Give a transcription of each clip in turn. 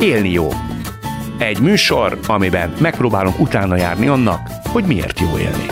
Élni jó. Egy műsor, amiben megpróbálunk utána járni annak, hogy miért jó élni.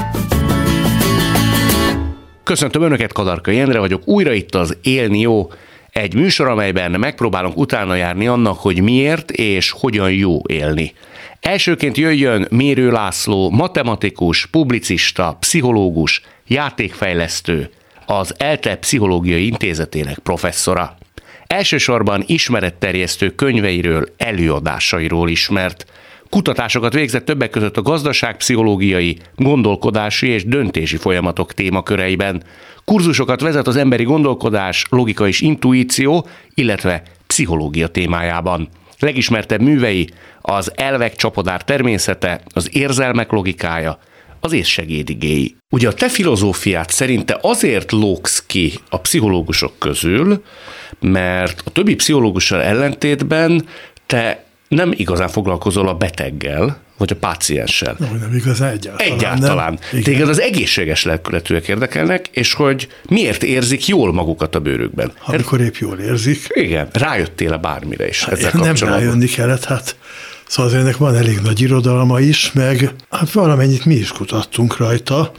Köszöntöm Önöket, Kadarkai Endre vagyok, újra itt az Élni jó. Egy műsor, amelyben megpróbálunk utána járni annak, hogy miért és hogyan jó élni. Elsőként jöjjön Mérő László, matematikus, publicista, pszichológus, játékfejlesztő, az ELTE Pszichológiai Intézetének professzora. Elsősorban ismeretterjesztő könyveiről, előadásairól ismert. Kutatásokat végzett többek között a gazdaságpszichológiai, gondolkodási és döntési folyamatok témaköreiben. Kurzusokat vezet az emberi gondolkodás, logika és intuíció, illetve pszichológia témájában. Legismertebb művei az elvek csapodár természete, az érzelmek logikája, az észsegédigéi. Ugye a te filozófiát szerint te azért lógsz ki a pszichológusok közül, mert a többi pszichológussal ellentétben te nem igazán foglalkozol a beteggel, vagy a pácienssel. Nem igazán, egyáltalán. Téged az egészséges lelkületűek érdekelnek, és hogy miért érzik jól magukat a bőrükben. Amikor épp jól érzik. Igen. Rájöttél-e bármire is ezzel nem kapcsolatban? rájönni kellett, szóval ennek van elég nagy irodalma is, meg valamennyit mi is kutattunk rajta,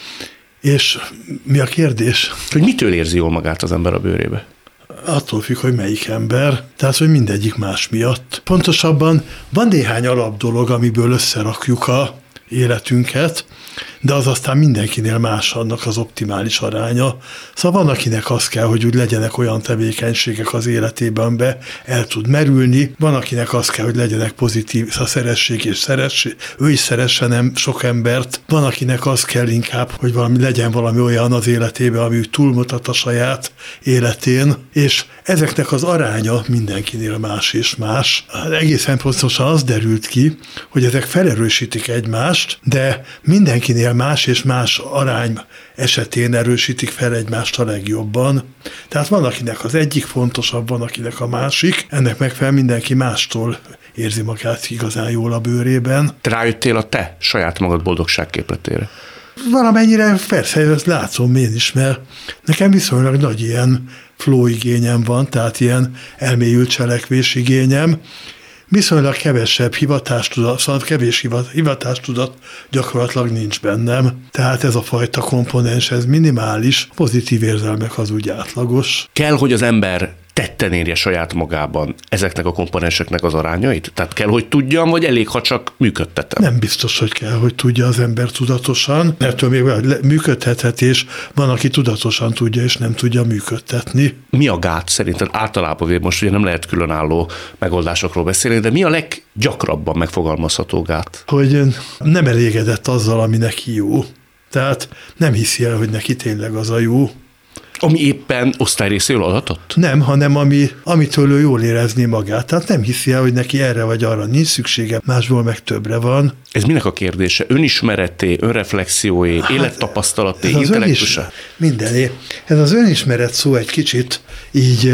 és mi a kérdés? Hogy mitől érzi jól magát az ember a bőrébe? Attól függ, hogy melyik ember, tehát, hogy mindegyik más miatt. Pontosabban van néhány alapdolog, amiből összerakjuk a életünket, de az aztán mindenkinél más annak az optimális aránya. Szóval van, akinek az kell, hogy úgy legyenek olyan tevékenységek az életében, be el tud merülni, van, akinek az kell, hogy legyenek pozitív, szóval szeressék és ő is szeressen nem sok embert, van, akinek az kell inkább, hogy legyen valami olyan az életében, ami túlmutat a saját életén, és ezeknek az aránya mindenkinél más és más. Egészen pontosan az derült ki, hogy ezek felerősítik egymást, de mindenkinél más és más arány esetén erősítik fel egymást a legjobban. Tehát van, akinek az egyik fontosabb, van, akinek a másik. Ennek megfelelően mindenki mástól érzi magát igazán jól a bőrében. Te rájöttél a te saját magad boldogságképletére? Valamennyire persze, ezt látom én is, mert nekem viszonylag nagy ilyen flow igényem van, tehát ilyen elmélyült cselekvés igényem. Viszonylag kevesebb hivatástudat, szóval kevés hivatástudat gyakorlatilag nincs bennem. Tehát ez a fajta komponens, ez minimális, pozitív érzelmek az úgy átlagos. Kell, hogy az ember tetten érje saját magában ezeknek a komponenseknek az arányait? Tehát kell, hogy tudjam, vagy elég, ha csak működtetem? Nem biztos, hogy kell, hogy tudja az ember tudatosan, mert még működtethet, és van, aki tudatosan tudja, és nem tudja működtetni. Mi a gát szerinted? Általában most ugye nem lehet különálló megoldásokról beszélni, de mi a leggyakrabban megfogalmazható gát? Hogy nem elégedett azzal, ami neki jó. Tehát nem hiszi el, hogy neki tényleg az a jó. Ami éppen osztályrészéről adatott? Nem, hanem amitől ő jól érezni magát. Tehát nem hiszi el, hogy neki erre vagy arra nincs szüksége, másból meg többre van. Ez minek a kérdése? Önismereté, önreflexióé, élettapasztalaté, intellektusa? Mindené. Ez az önismeret szó egy kicsit így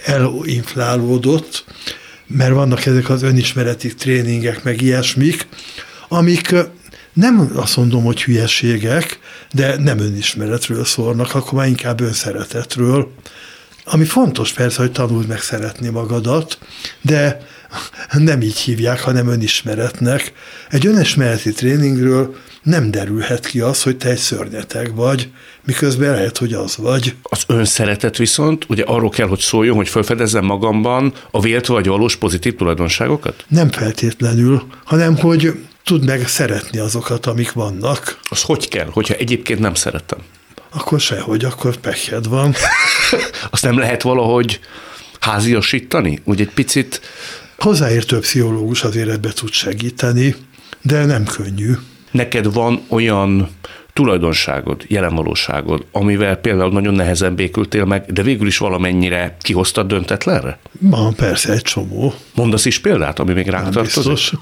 elinflálódott, mert vannak ezek az önismereti tréningek, meg ilyesmik, amik nem azt mondom, hogy hülyeségek, de nem önismeretről szólnak, akkor már inkább önszeretetről. Ami fontos persze, hogy tanuld meg szeretni magadat, de nem így hívják, hanem önismeretnek. Egy önismereti tréningről nem derülhet ki az, hogy te egy szörnyeteg vagy, miközben lehet, hogy az vagy. Az önszeretet viszont ugye arról kell, hogy szóljon, hogy felfedezzem magamban a vélt vagy valós pozitív tulajdonságokat? Nem feltétlenül, hanem hogy tudd meg szeretni azokat, amik vannak. Az hogy kell, hogyha egyébként nem szeretem? Akkor sehogy, akkor pekhed van. Azt nem lehet valahogy háziasítani? Úgy egy picit... Hozzáértő pszichológus azért ebbe tud segíteni, de nem könnyű. Neked van olyan tulajdonságod, jelenvalóságod, amivel például nagyon nehezen békültél meg, de végül is valamennyire kihoztad döntetlenre? Van persze egy csomó. Mondasz is példát, ami még ránk tartozik?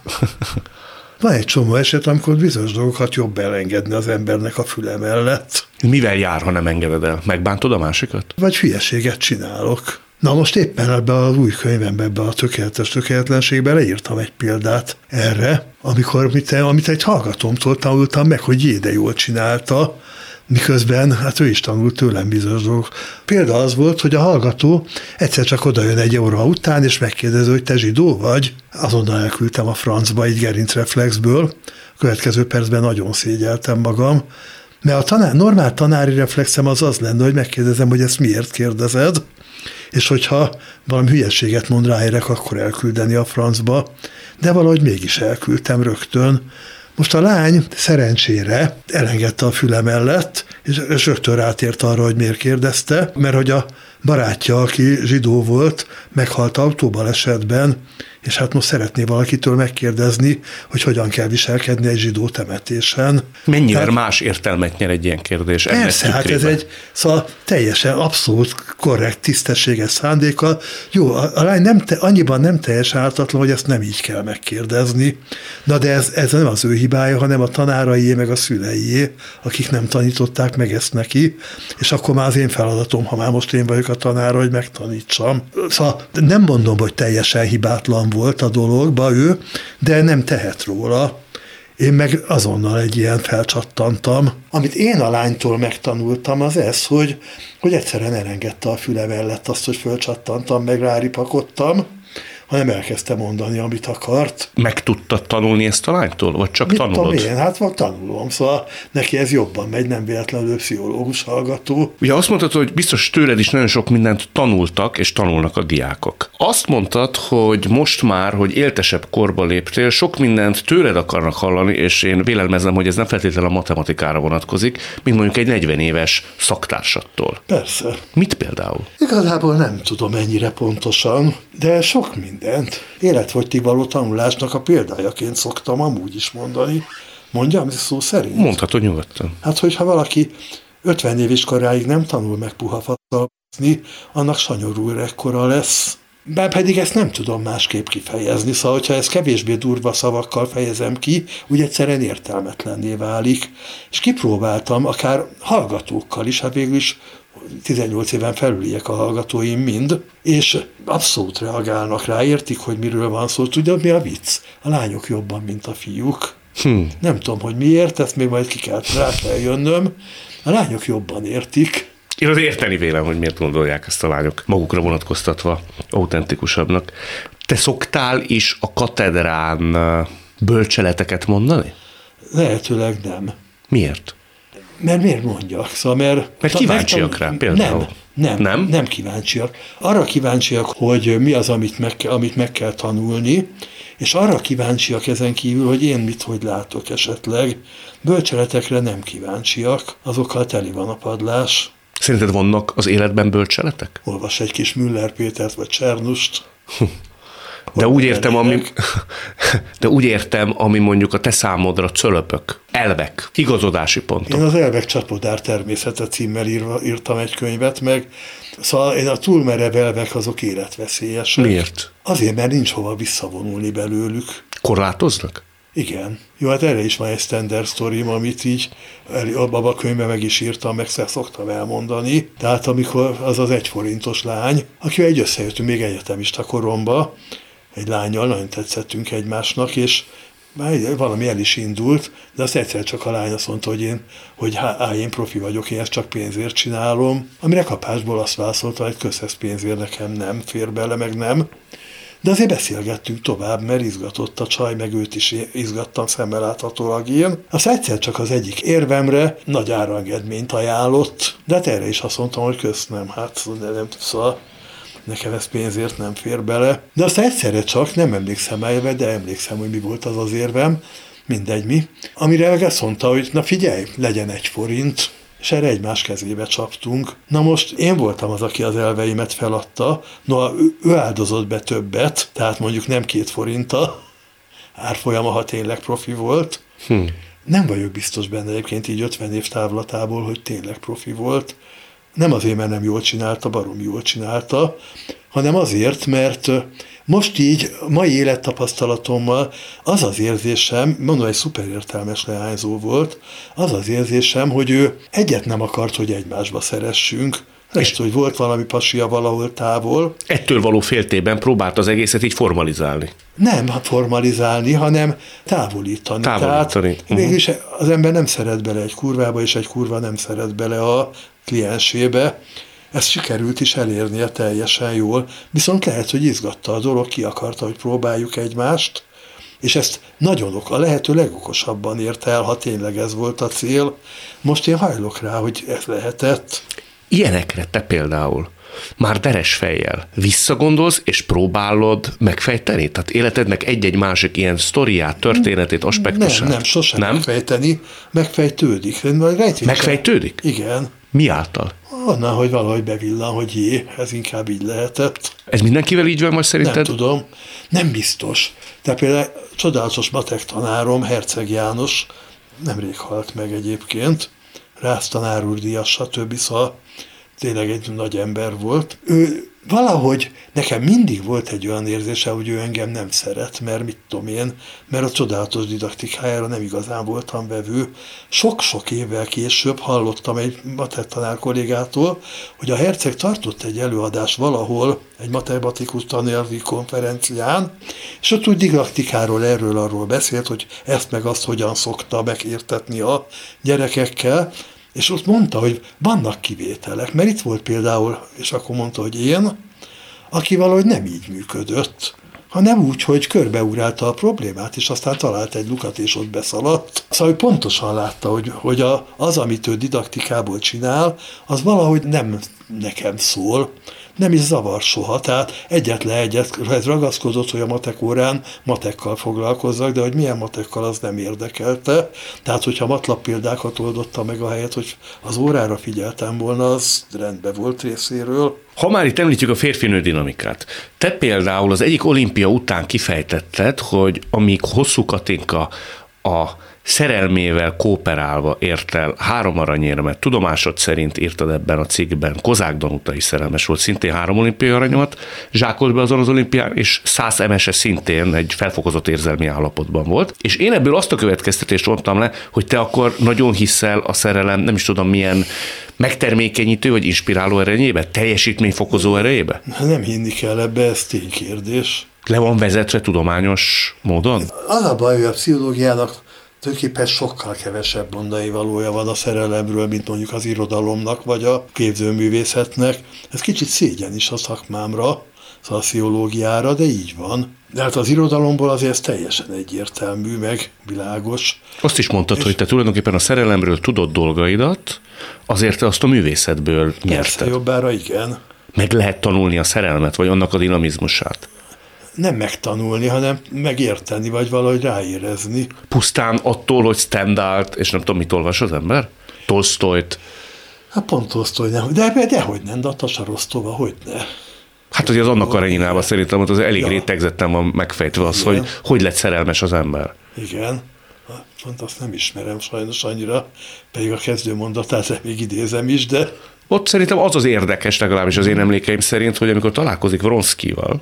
Van egy csomó eset, amikor bizonyos dolgokat jobb elengedni az embernek a füle mellett. Mivel jár, ha nem engeded el? Megbántod a másikat? Vagy hülyeséget csinálok. Na most éppen ebben az új könyvemben, ebben a tökéletes tökéletlenségben leírtam egy példát erre, amikor amit egy hallgatómtól tanultam meg, hogy de jól csinálta, miközben hát ő is tanult tőlem bizonyos dolgok. Például az volt, hogy a hallgató egyszer csak odajön egy óra után, és megkérdezi, hogy te zsidó vagy. Azonnal elküldtem a francba egy gerincreflexből. A következő percben nagyon szégyeltem magam, mert a normál tanári reflexem az lenne, hogy megkérdezem, hogy ezt miért kérdezed, és hogyha valami hülyeséget mond ráérek, akkor elküldeni a francba, de valahogy mégis elküldtem rögtön. Most a lány szerencsére elengedte a füle mellett, és rögtön rátért arra, hogy miért kérdezte, mert hogy a barátja, aki zsidó volt, meghalt autóbalesetben, és hát most szeretné valakitől megkérdezni, hogy hogyan kell viselkedni egy zsidó temetésen. Mennyire más értelmet nyer egy ilyen kérdés? Persze, hát ez egy teljesen abszolút korrekt, tisztességes szándékkal. Jó, a lány annyiban nem teljesen ártatlan, hogy ezt nem így kell megkérdezni. Na de ez nem az ő hibája, hanem a tanáraié, meg a szüleié, akik nem tanították meg ezt neki, és akkor már az én feladatom, ha már most én vagyok a tanára, hogy megtanítsam. Szóval nem mondom, hogy teljesen hibátlan volt a dologba ő, de nem tehet róla. Én meg azonnal egy ilyen felcsattantam. Amit én a lánytól megtanultam, az ez, hogy egyszerűen elengedte a füle mellett azt, hogy felcsattantam, meg ráripakodtam, hanem elkezdte mondani, amit akart. Meg tudtad tanulni ezt a lánytól, vagy csak tanulod? Én? Hát van tanulom, szóval neki ez jobban megy, nem véletlenül pszichológus hallgató. Ugye azt mondtad, hogy biztos tőled is nagyon sok mindent tanultak, és tanulnak a diákok. Azt mondtad, hogy most már, hogy éltesebb korba léptél, sok mindent tőled akarnak hallani, és én vélelmezem, hogy ez nem feltétlenül a matematikára vonatkozik, mint mondjuk egy 40 éves szaktársattól. Persze. Mit például? Igazából nem tudom ennyire pontosan, de sok mindent. Életfogytigvaló tanulásnak a példájaként szoktam amúgy is mondani. Mondjam szó szerint? Mondhatod nyugodtan. Hát, hogyha valaki 50 éves koráig nem tanul meg puha faszalni, annak sanyorú öregkora lesz. Bár pedig ezt nem tudom másképp kifejezni, szóval, hogyha ezt kevésbé durva szavakkal fejezem ki, úgy egyszerűen értelmetlenné válik. És kipróbáltam, akár hallgatókkal is, hát végül is 18 éven felüliek a hallgatóim mind, és abszolút reagálnak rá, értik, hogy miről van szó. Tudod, mi a vicc? A lányok jobban, mint a fiúk. Nem tudom, hogy miért, ezt még majd rá kell jönnöm. A lányok jobban értik. Én az érteni vélem, hogy miért gondolják ezt a lányok magukra vonatkoztatva autentikusabbnak. Te szoktál is a katedrán bölcseleteket mondani? Lehetőleg nem. Miért? Mert miért mondjak? Szóval, mert kíváncsiak rá például. Nem kíváncsiak. Arra kíváncsiak, hogy mi az, amit meg kell tanulni, és arra kíváncsiak ezen kívül, hogy én hogy látok esetleg. Bölcseletekre nem kíváncsiak, azokkal teli van a padlás. Szerinted vannak az életben bölcseletek? Olvas egy kis Müller Pétert vagy Csernust. De úgy értem, ami mondjuk a te számodra cölöpök, elvek, igazodási pontok. Én az Elvek Csapodár természete címmel írtam egy könyvet, meg szóval én a túlmerev elvek azok életveszélyesek. Miért? Azért, mert nincs hova visszavonulni belőlük. Korlátoznak? Igen. Jó, hát erre is van egy standard sztorim, amit így abban a könyvben meg is írtam, meg szoktam elmondani. Tehát amikor az 1 forintos lány, akivel összejöttünk még egyetemista koromba, egy lánnyal nagyon tetszettünk egymásnak, és már valami el is indult, de azt egyszer csak a lány azt mondta, hogy én profi vagyok, én ezt csak pénzért csinálom, amire kapásból azt válaszolta, hogy köszönöm, pénzért nekem nem fér bele, meg nem. De azért beszélgettünk tovább, mert izgatott a csaj, meg őt is izgattam szemmel láthatólag én. Azt egyszer csak az egyik érvemre nagy árengedményt ajánlott, de hát erre is azt mondtam, hogy köszönöm, hát nem szóval nekem ez pénzért nem fér bele. De azt egyszerre csak, nem emlékszem elve, de emlékszem, hogy mi volt az érvem, mindegy mi. Amire meg azt mondta, hogy na figyelj, legyen 1 forint, és erre egymás kezébe csaptunk. Na most én voltam az, aki az elveimet feladta, ő áldozott be többet, tehát mondjuk nem 2 forint árfolyama, ha tényleg profi volt. Nem vagyok biztos benne egyébként így 50 év távlatából, hogy tényleg profi volt. Nem azért, mert nem jól csinálta, baromi jól csinálta, hanem azért, mert most így mai élettapasztalatommal az az érzésem, mondom, egy szuperértelmes leányzó volt, az az érzésem, hogy ő egyet nem akart, hogy egymásba szeressünk, Lehet, hogy volt valami pasia valahol távol. Ettől való féltében próbált az egészet így formalizálni. Nem formalizálni, hanem távolítani. Tehát mégis az ember nem szeret bele egy kurvába, és egy kurva nem szeret bele a kliensébe. Ezt sikerült is elérnie teljesen jól, viszont lehet, hogy izgatta a dolog, ki akarta, hogy próbáljuk egymást, és ezt a lehető legokosabban érte el, ha tényleg ez volt a cél. Most én hajlok rá, hogy ez lehetett. Ilyenekre te például már deres fejjel visszagondolsz, és próbálod megfejteni? Tehát életednek egy-egy másik ilyen sztoriát, történetét, aspektusát? Nem, sosem megfejteni, megfejtődik. Megfejtődik? Igen. Mi által? Onnan, hogy valahogy bevillan, hogy ez inkább így lehetett. Ez mindenkivel így van most szerinted? Nem tudom, nem biztos. De például csodálatos matek tanárom, Herceg János, nemrég halt meg egyébként, Rász tanár úr díjas, stb. Szóval tényleg egy nagy ember volt. Ő valahogy nekem mindig volt egy olyan érzése, hogy ő engem nem szeret, mert mit tudom én, mert a csodálatos didaktikájára nem igazán voltam vevő. Sok-sok évvel később hallottam egy matematikus kollégától, hogy a Herceg tartott egy előadást valahol egy matematikus tanárdi konferencián, és ott úgy didaktikáról erről-arról beszélt, hogy ezt meg azt hogyan szokta megértetni a gyerekekkel, és ott mondta, hogy vannak kivételek, mert itt volt például, és akkor mondta, hogy én, aki valahogy nem így működött, hanem úgy, hogy körbeurálta a problémát, és aztán talált egy lukat, és ott beszaladt. Szóval ő pontosan látta, hogy az, amit ő didaktikából csinál, az valahogy nem nekem szól, nem is zavar soha. Tehát egyetlen ragaszkodott, hogy a matek órán matekkal foglalkozzak, de hogy milyen matekkal, az nem érdekelte. Tehát, hogyha matlap példákat oldotta meg a helyet, hogy az órára figyeltem volna, az rendben volt részéről. Ha már itt említjük a férfi-nő dinamikát, te például az egyik olimpia után kifejtetted, hogy amíg Hosszú Katinka a szerelmével kooperálva ért el 3 aranyérmet, tudomásod szerint írtad ebben a cikkben, Kozák Danuta is szerelmes volt, szintén 3 olimpiai aranyomat zsákolt be azon az olimpián, és Szász Emese szintén egy felfokozott érzelmi állapotban volt. És én ebből azt a következtetést vontam le, hogy te akkor nagyon hiszel a szerelem, nem is tudom milyen megtermékenyítő vagy inspiráló erejébe, teljesítményfokozó erejébe? Nem hinni kell ebbe, ez ténykérdés. Le van vezetve tudományos módon? Az a baj, hogy a pszichológiának tulajdonképpen sokkal kevesebb mondani valója van a szerelemről, mint mondjuk az irodalomnak, vagy a képzőművészetnek. Ez kicsit szégyen is a szakmámra, a pszichológiára, de így van. De hát az irodalomból azért ez teljesen egyértelmű, meg világos. Azt is mondtad, hogy te tulajdonképpen a szerelemről tudod dolgaidat, azért te azt a művészetből nyerted. Persze, jobbára igen. Meg lehet tanulni a szerelmet, vagy annak a dinamizmusát? Nem megtanulni, hanem megérteni, vagy valahogy ráérezni. Pusztán attól, hogy Stendhalt, és nem tudom, mit olvas az ember? Tolsztojt. Hát pont Tolsztoj nem, de hogy nem, de a Tasarostova, hogy ne. Hát, hogy az Anna Kareninában szerintem az elég rétegzetten van megfejtve az, hogy lett szerelmes az ember. Igen. Pont azt nem ismerem sajnos annyira, pedig a kezdőmondatát még idézem is, de... Ott szerintem az érdekes, legalábbis az én emlékeim szerint, hogy amikor találkozik Vronszkival,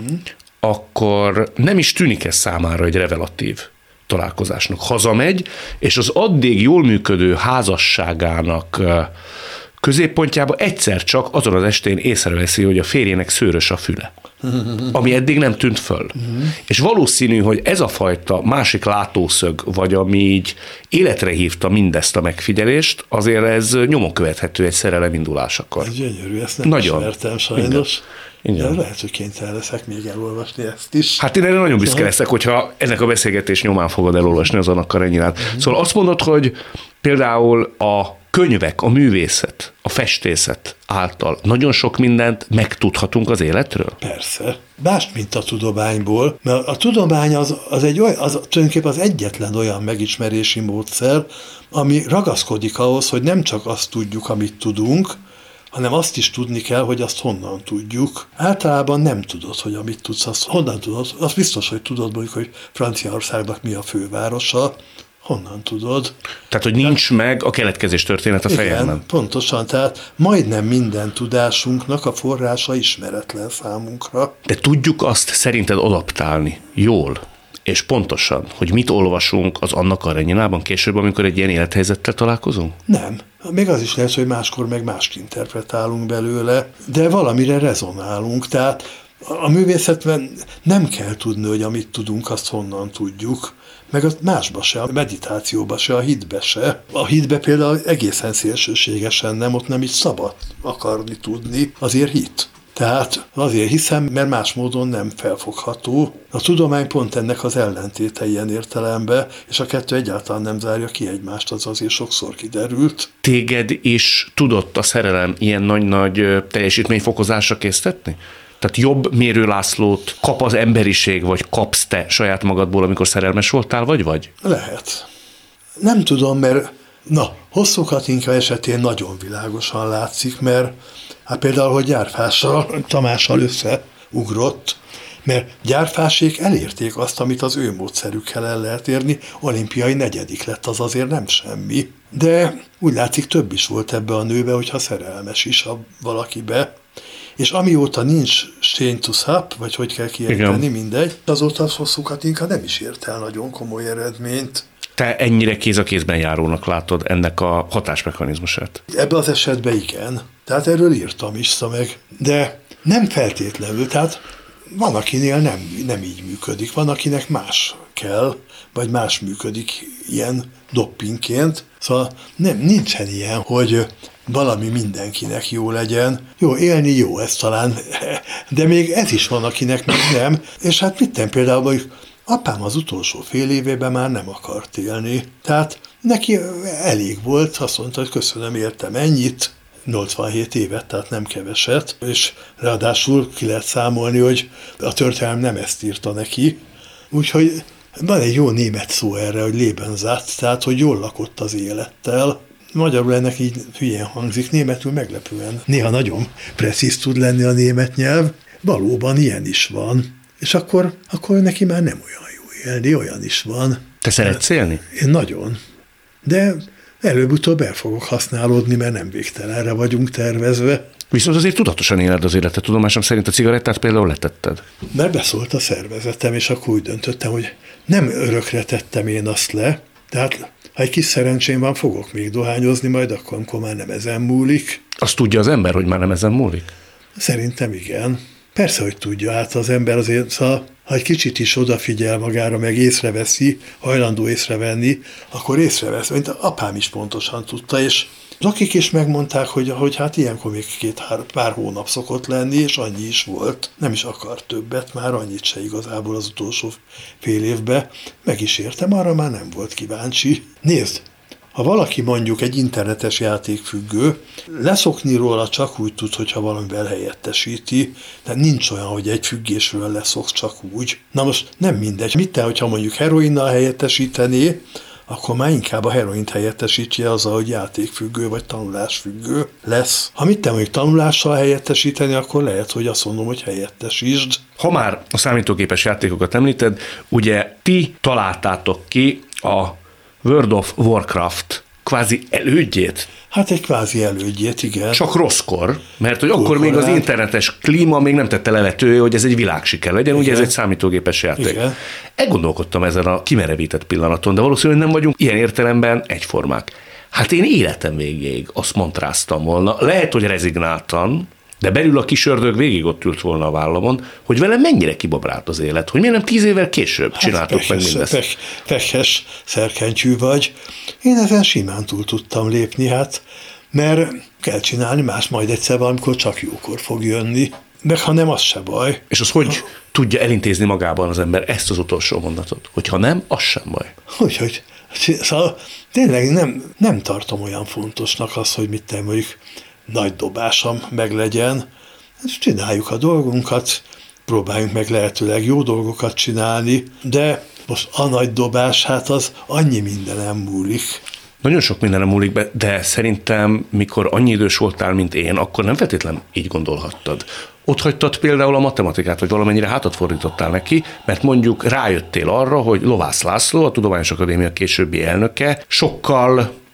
akkor nem is tűnik ez számára egy revelatív találkozásnak. Hazamegy, és az addig jól működő házasságának középpontjában egyszer csak azon az estén észreveszi, hogy a férjének szőrös a füle, ami eddig nem tűnt föl. És valószínű, hogy ez a fajta másik látószög, vagy ami így életre hívta mindezt a megfigyelést, azért ez nyomon követhető egy szerelem indulásakor. Ez gyönyörű, ezt nem ismertem sajnos. Igen. De lehet, hogy kénytelen leszek még elolvasni ezt is. Hát én erre nagyon büszke leszek, hogyha ennek a beszélgetés nyomán fogod elolvasni az Anna Kareninát. Szóval azt mondod, hogy például a könyvek, a művészet, a festészet által nagyon sok mindent megtudhatunk az életről? Persze. Mást, mint a tudományból, mert a tudomány az tulajdonképpen az egyetlen olyan megismerési módszer, ami ragaszkodik ahhoz, hogy nem csak azt tudjuk, amit tudunk, hanem azt is tudni kell, hogy azt honnan tudjuk. Általában nem tudod, hogy amit tudsz, azt honnan tudod. Az biztos, hogy tudod mondjuk, hogy Franciaországnak mi a fővárosa, honnan tudod. Tehát, hogy nincs meg a keletkezés történet a fejedben. Igen, pontosan, tehát majdnem minden tudásunknak a forrása ismeretlen számunkra. De tudjuk azt szerinted adaptálni jól és pontosan, hogy mit olvasunk az Anna Karenjinában később, amikor egy ilyen élethelyzettel találkozunk? Nem. Még az is lehet, hogy máskor meg mást interpretálunk belőle, de valamire rezonálunk. Tehát a művészetben nem kell tudni, hogy amit tudunk, azt honnan tudjuk, meg a másba se, a meditációba se, a hitbe se. A hitbe például egészen szélsőségesen nem, ott nem is szabad akarni tudni, azért hit. Tehát azért hiszem, mert más módon nem felfogható. A tudomány pont ennek az ellentéte ilyen értelemben, és a kettő egyáltalán nem zárja ki egymást, az azért sokszor kiderült. Téged is tudott a szerelem ilyen nagy-nagy teljesítményfokozásra késztetni? Tehát jobb Mérő Lászlót kap az emberiség, vagy kapsz te saját magadból, amikor szerelmes voltál, vagy? Lehet. Nem tudom, mert Hosszú Katinka esetén nagyon világosan látszik, mert például, hogy Gyárfással, Tamással összeugrott, mert Gyárfásék elérték azt, amit az ő módszerükkel el lehet érni, olimpiai 4. lett, az azért nem semmi. De úgy látszik, több is volt ebbe a nőbe, hogyha szerelmes is valakibe. És amióta nincs Shane to Sup, vagy hogy kell kiejteni, mindegy, azóta az Hosszú Katinka nem is ért el nagyon komoly eredményt. Te ennyire kéz a kézben járónak látod ennek a hatásmechanizmusát? Ebben az esetben igen. Tehát erről írtam is meg. De nem feltétlenül, tehát van, akinél nem így működik, van, akinek más kell, vagy más működik ilyen doppingként. Szóval nincsen ilyen, hogy valami mindenkinek jó legyen. Jó, élni jó, ez talán, de még ez is van, akinek még nem. És hát például, hogy apám az utolsó fél évében már nem akart élni. Tehát neki elég volt, azt mondta, hogy köszönöm, értem ennyit, 87 évet, tehát nem keveset, és ráadásul ki lehet számolni, hogy a történelem nem ezt írta neki. Úgyhogy van egy jó német szó erre, hogy Lebenssatt, tehát hogy jól lakott az élettel. Magyarul ennek így hülyén hangzik, németül meglepően. Néha nagyon presszíz tud lenni a német nyelv, valóban ilyen is van. És akkor neki már nem olyan jó élni, olyan is van. Te szeretsz élni? Én nagyon. De előbb-utóbb el fogok használódni, mert nem végtelenre vagyunk tervezve. Viszont azért tudatosan éled az életet. Tudomásom szerint a cigarettát például letetted. Mert beszólt a szervezetem, és akkor úgy döntöttem, hogy nem örökre tettem én azt le. Tehát ha egy kis szerencsém van, fogok még dohányozni, majd akkor, amikor már nem ezen múlik. Azt tudja az ember, hogy már nem ezen múlik? Szerintem igen. Persze, hogy tudja, hát az ember azért, ha egy kicsit is odafigyel magára, meg észreveszi, hajlandó észrevenni, akkor észrevesz, mint apám is pontosan tudta, és akik is megmondták, hogy hát ilyenkor még pár hónap szokott lenni, és annyi is volt. Nem is akart többet, már annyit se igazából az utolsó fél évben. Meg is értem, arra már nem volt kíváncsi. Nézd, ha valaki mondjuk egy internetes játékfüggő, leszokni róla csak úgy tud, hogyha valamivel helyettesíti, de nincs olyan, hogy egy függésről leszoksz csak úgy. Na most nem mindegy. Mit te, hogyha mondjuk heroinnal helyettesítené, akkor már inkább a heroint helyettesítje azzal, hogy játékfüggő vagy tanulásfüggő lesz. Ha mit te mondjuk tanulással helyettesíteni, akkor lehet, hogy azt mondom, hogy helyettesítsd. Ha már a számítógépes játékokat említed, ugye ti találtátok ki a World of Warcraft kvázi elődjét. Hát egy kvázi elődjét, igen. Csak rosszkor, mert hogy akkor még az internetes klíma még nem tette lehetővé, hogy ez egy világsiker legyen, igen. Ugye ez egy számítógépes játék. Igen. Elgondolkodtam ezen a kimerevített pillanaton, de valószínűleg nem vagyunk ilyen értelemben egyformák. Hát én életem végéig azt mantráztam volna, lehet, hogy rezignáltan, de belül a kis ördög végig ott ült volna a vállamon, hogy velem mennyire kibabrált az élet, hogy miért nem 10 évvel később csináltok meg mindezt. Pekhes szerkentyű vagy. Én ezen simán túl tudtam lépni, hát, mert kell csinálni más, majd egyszer valamikor csak jókor fog jönni. Meg ha nem, az se baj. És az hogy tudja elintézni magában az ember ezt az utolsó mondatot? Hogy ha nem, az sem baj. Hogy szóval tényleg nem tartom olyan fontosnak azt, hogy mit te mondjuk nagy dobásom meglegyen. Csináljuk a dolgunkat, próbáljunk meg lehetőleg jó dolgokat csinálni, de most a nagy dobás, hát az annyi mindenem múlik. Nagyon sok mindenem múlik be, de szerintem, mikor annyi idős voltál, mint én, akkor nem feltétlen így gondolhattad. Ott hagytad például a matematikát, vagy valamennyire hátat fordítottál neki, mert mondjuk rájöttél arra, hogy Lovász László, a Tudományos Akadémia későbbi elnöke, sokkal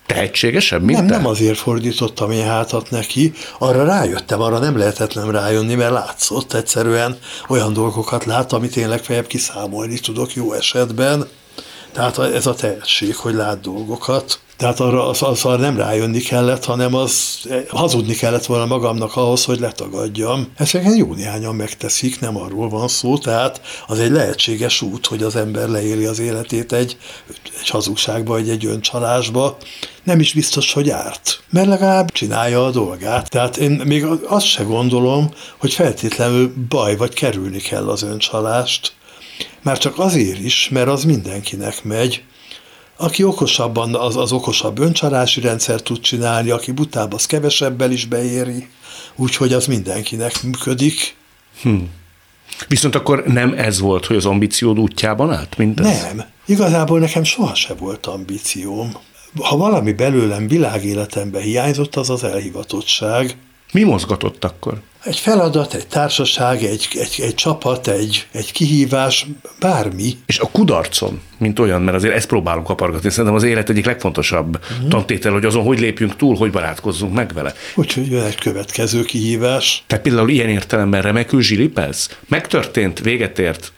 tehetségesebb, mint te? Nem azért fordítottam én hátat neki, arra rájöttem, arra nem lehetett nem rájönni, mert látszott egyszerűen olyan dolgokat lát, amit én legfeljebb kiszámolni tudok jó esetben. Tehát ez a tehetség, hogy lát dolgokat. Tehát arra nem rájönni kellett, hanem hazudni kellett volna magamnak ahhoz, hogy letagadjam. Ezeket jó néhányan megteszik, nem arról van szó, tehát az egy lehetséges út, hogy az ember leéli az életét egy hazugságba, vagy egy öncsalásba. Nem is biztos, hogy árt, mert legalább csinálja a dolgát. Tehát én még azt se gondolom, hogy feltétlenül baj, vagy kerülni kell az öncsalást. Már csak azért is, mert az mindenkinek megy. Aki okosabban, az okosabb öncsalási rendszer tud csinálni, aki butább, az kevesebbel is beéri, úgyhogy az mindenkinek működik. Viszont akkor nem ez volt, hogy az ambíciód útjában állt, mint ez? Nem. Igazából nekem soha se volt ambícióm. Ha valami belőlem világéletemben hiányzott, az az elhivatottság. Mi mozgatott akkor? Egy feladat, egy társaság, egy csapat, egy kihívás, bármi. És a kudarcon, mint olyan, mert azért ezt próbálom kapargatni, szerintem az élet egyik legfontosabb tantétel, hogy azon hogy lépjünk túl, hogy barátkozzunk meg vele. Úgyhogy jön egy következő kihívás. Tehát például ilyen értelemben remekül zsilipelsz? Megtörtént, véget ért?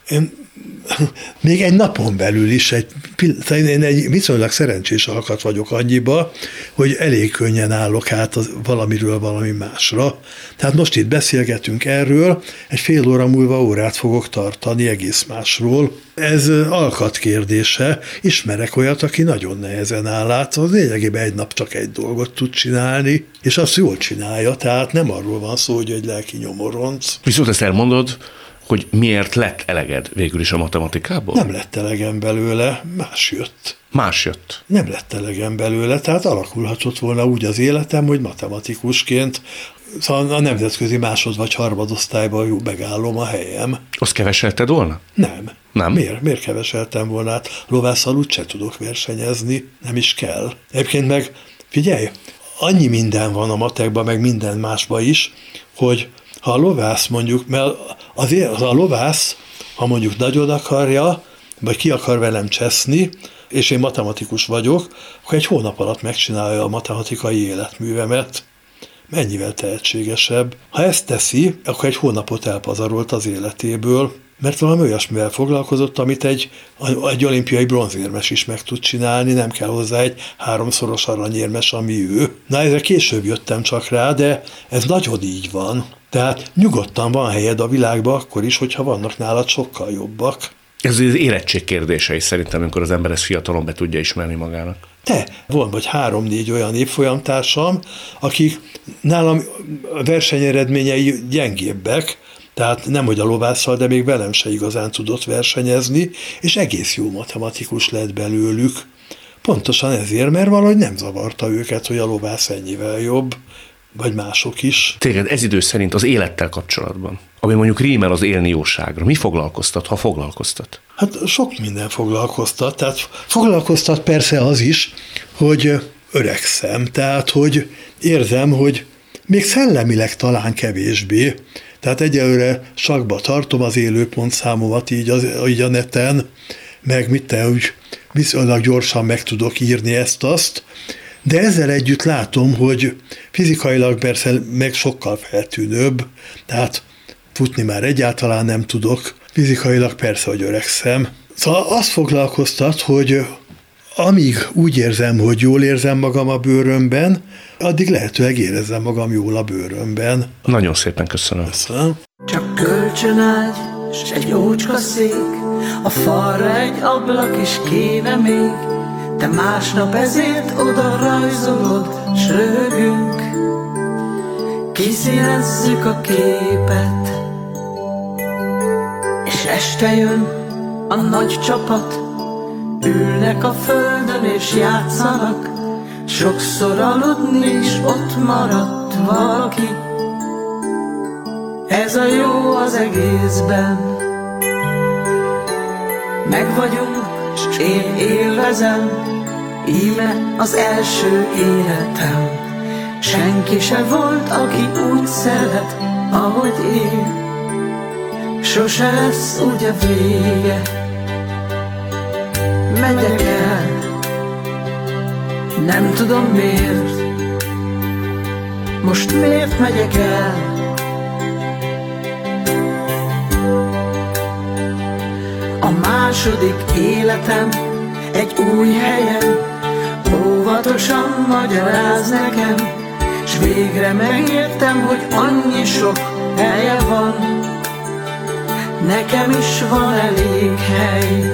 Még egy napon belül is, én egy viszonylag szerencsés alkat vagyok annyiba, hogy elég könnyen állok át valamiről valami másra. Tehát most itt beszélgetünk erről, egy fél óra múlva órát fogok tartani egész másról. Ez alkat kérdése. Ismerek olyat, aki nagyon nehezen áll át, az lényegében egy nap csak egy dolgot tud csinálni, és azt jól csinálja, tehát nem arról van szó, hogy egy lelki nyomoronc. Viszont ezt elmondod, hogy miért lett eleged végül is a matematikából? Nem lett elegem belőle, más jött. Más jött? Nem lett elegem belőle, tehát alakulhatott volna úgy az életem, hogy matematikusként szóval a nemzetközi másod- vagy harmadosztályban megállom a helyem. Azt keveselted volna? Nem. Miért keveseltem volna? Hát lovásszal úgyse tudok versenyezni, nem is kell. Egyébként meg, figyelj, annyi minden van a matekban, meg minden másban is, hogy ha a lovász mondjuk, mert azért a lovász, ha mondjuk nagyon akarja, vagy ki akar velem cseszni, és én matematikus vagyok, akkor egy hónap alatt megcsinálja a matematikai életművemet. Mennyivel tehetségesebb. Ha ezt teszi, akkor egy hónapot elpazarolt az életéből, mert valami olyasmivel foglalkozott, amit egy olimpiai bronzérmes is meg tud csinálni, nem kell hozzá egy 3-szoros aranyérmes, ami ő. Na, ezzel később jöttem csak rá, de ez nagyon így van. Tehát nyugodtan van helyed a világban akkor is, hogyha vannak nálad sokkal jobbak. Ez az érettség kérdése is szerintem, amikor az ember ezt fiatalon be tudja ismerni magának. Van vagy 3-4 olyan évfolyamtársam, akik nálam versenyeredményei gyengébbek, tehát nem, hogy a lovásszal, de még velem se igazán tudott versenyezni, és egész jó matematikus lett belőlük. Pontosan ezért, mert valahogy nem zavarta őket, hogy a lovász ennyivel jobb, vagy mások is. Téged ez idő szerint az élettel kapcsolatban, ami mondjuk rímel az élni jóságra, mi foglalkoztat, ha foglalkoztat? Hát sok minden foglalkoztat, tehát foglalkoztat persze az is, hogy öregszem, tehát hogy érzem, hogy még szellemileg talán kevésbé, tehát egyelőre sakba tartom az élőpontszámomat így a neten, meg úgy viszonylag gyorsan meg tudok írni ezt-azt, de ezzel együtt látom, hogy fizikailag persze meg sokkal feltűnőbb, tehát futni már egyáltalán nem tudok, fizikailag persze, hogy öregszem. Szóval azt foglalkoztat, hogy amíg úgy érzem, hogy jól érzem magam a bőrömben, addig lehetőleg érezzem magam jól a bőrömben. Nagyon szépen köszönöm. Csak kölcsönágy, s egy jócska szék, a falra egy ablak is kéne még, te másnap ezért oda rajzolod, s röhögünk, kiszínezzük a képet, és este jön a nagy csapat, ülnek a földön és játszanak, sokszor aludni is ott maradt valaki. Ez a jó az egészben. Meg vagyunk, s én élvezem, íme az első életem. Senki se volt, aki úgy szeret, ahogy én. Sose lesz ugye vége. Megyek el, Nem tudom miért, most miért megyek el? A második életem egy új helyen, óvatosan magyaráz nekem, s végre megértem, hogy annyi sok helye van, nekem is van elég hely.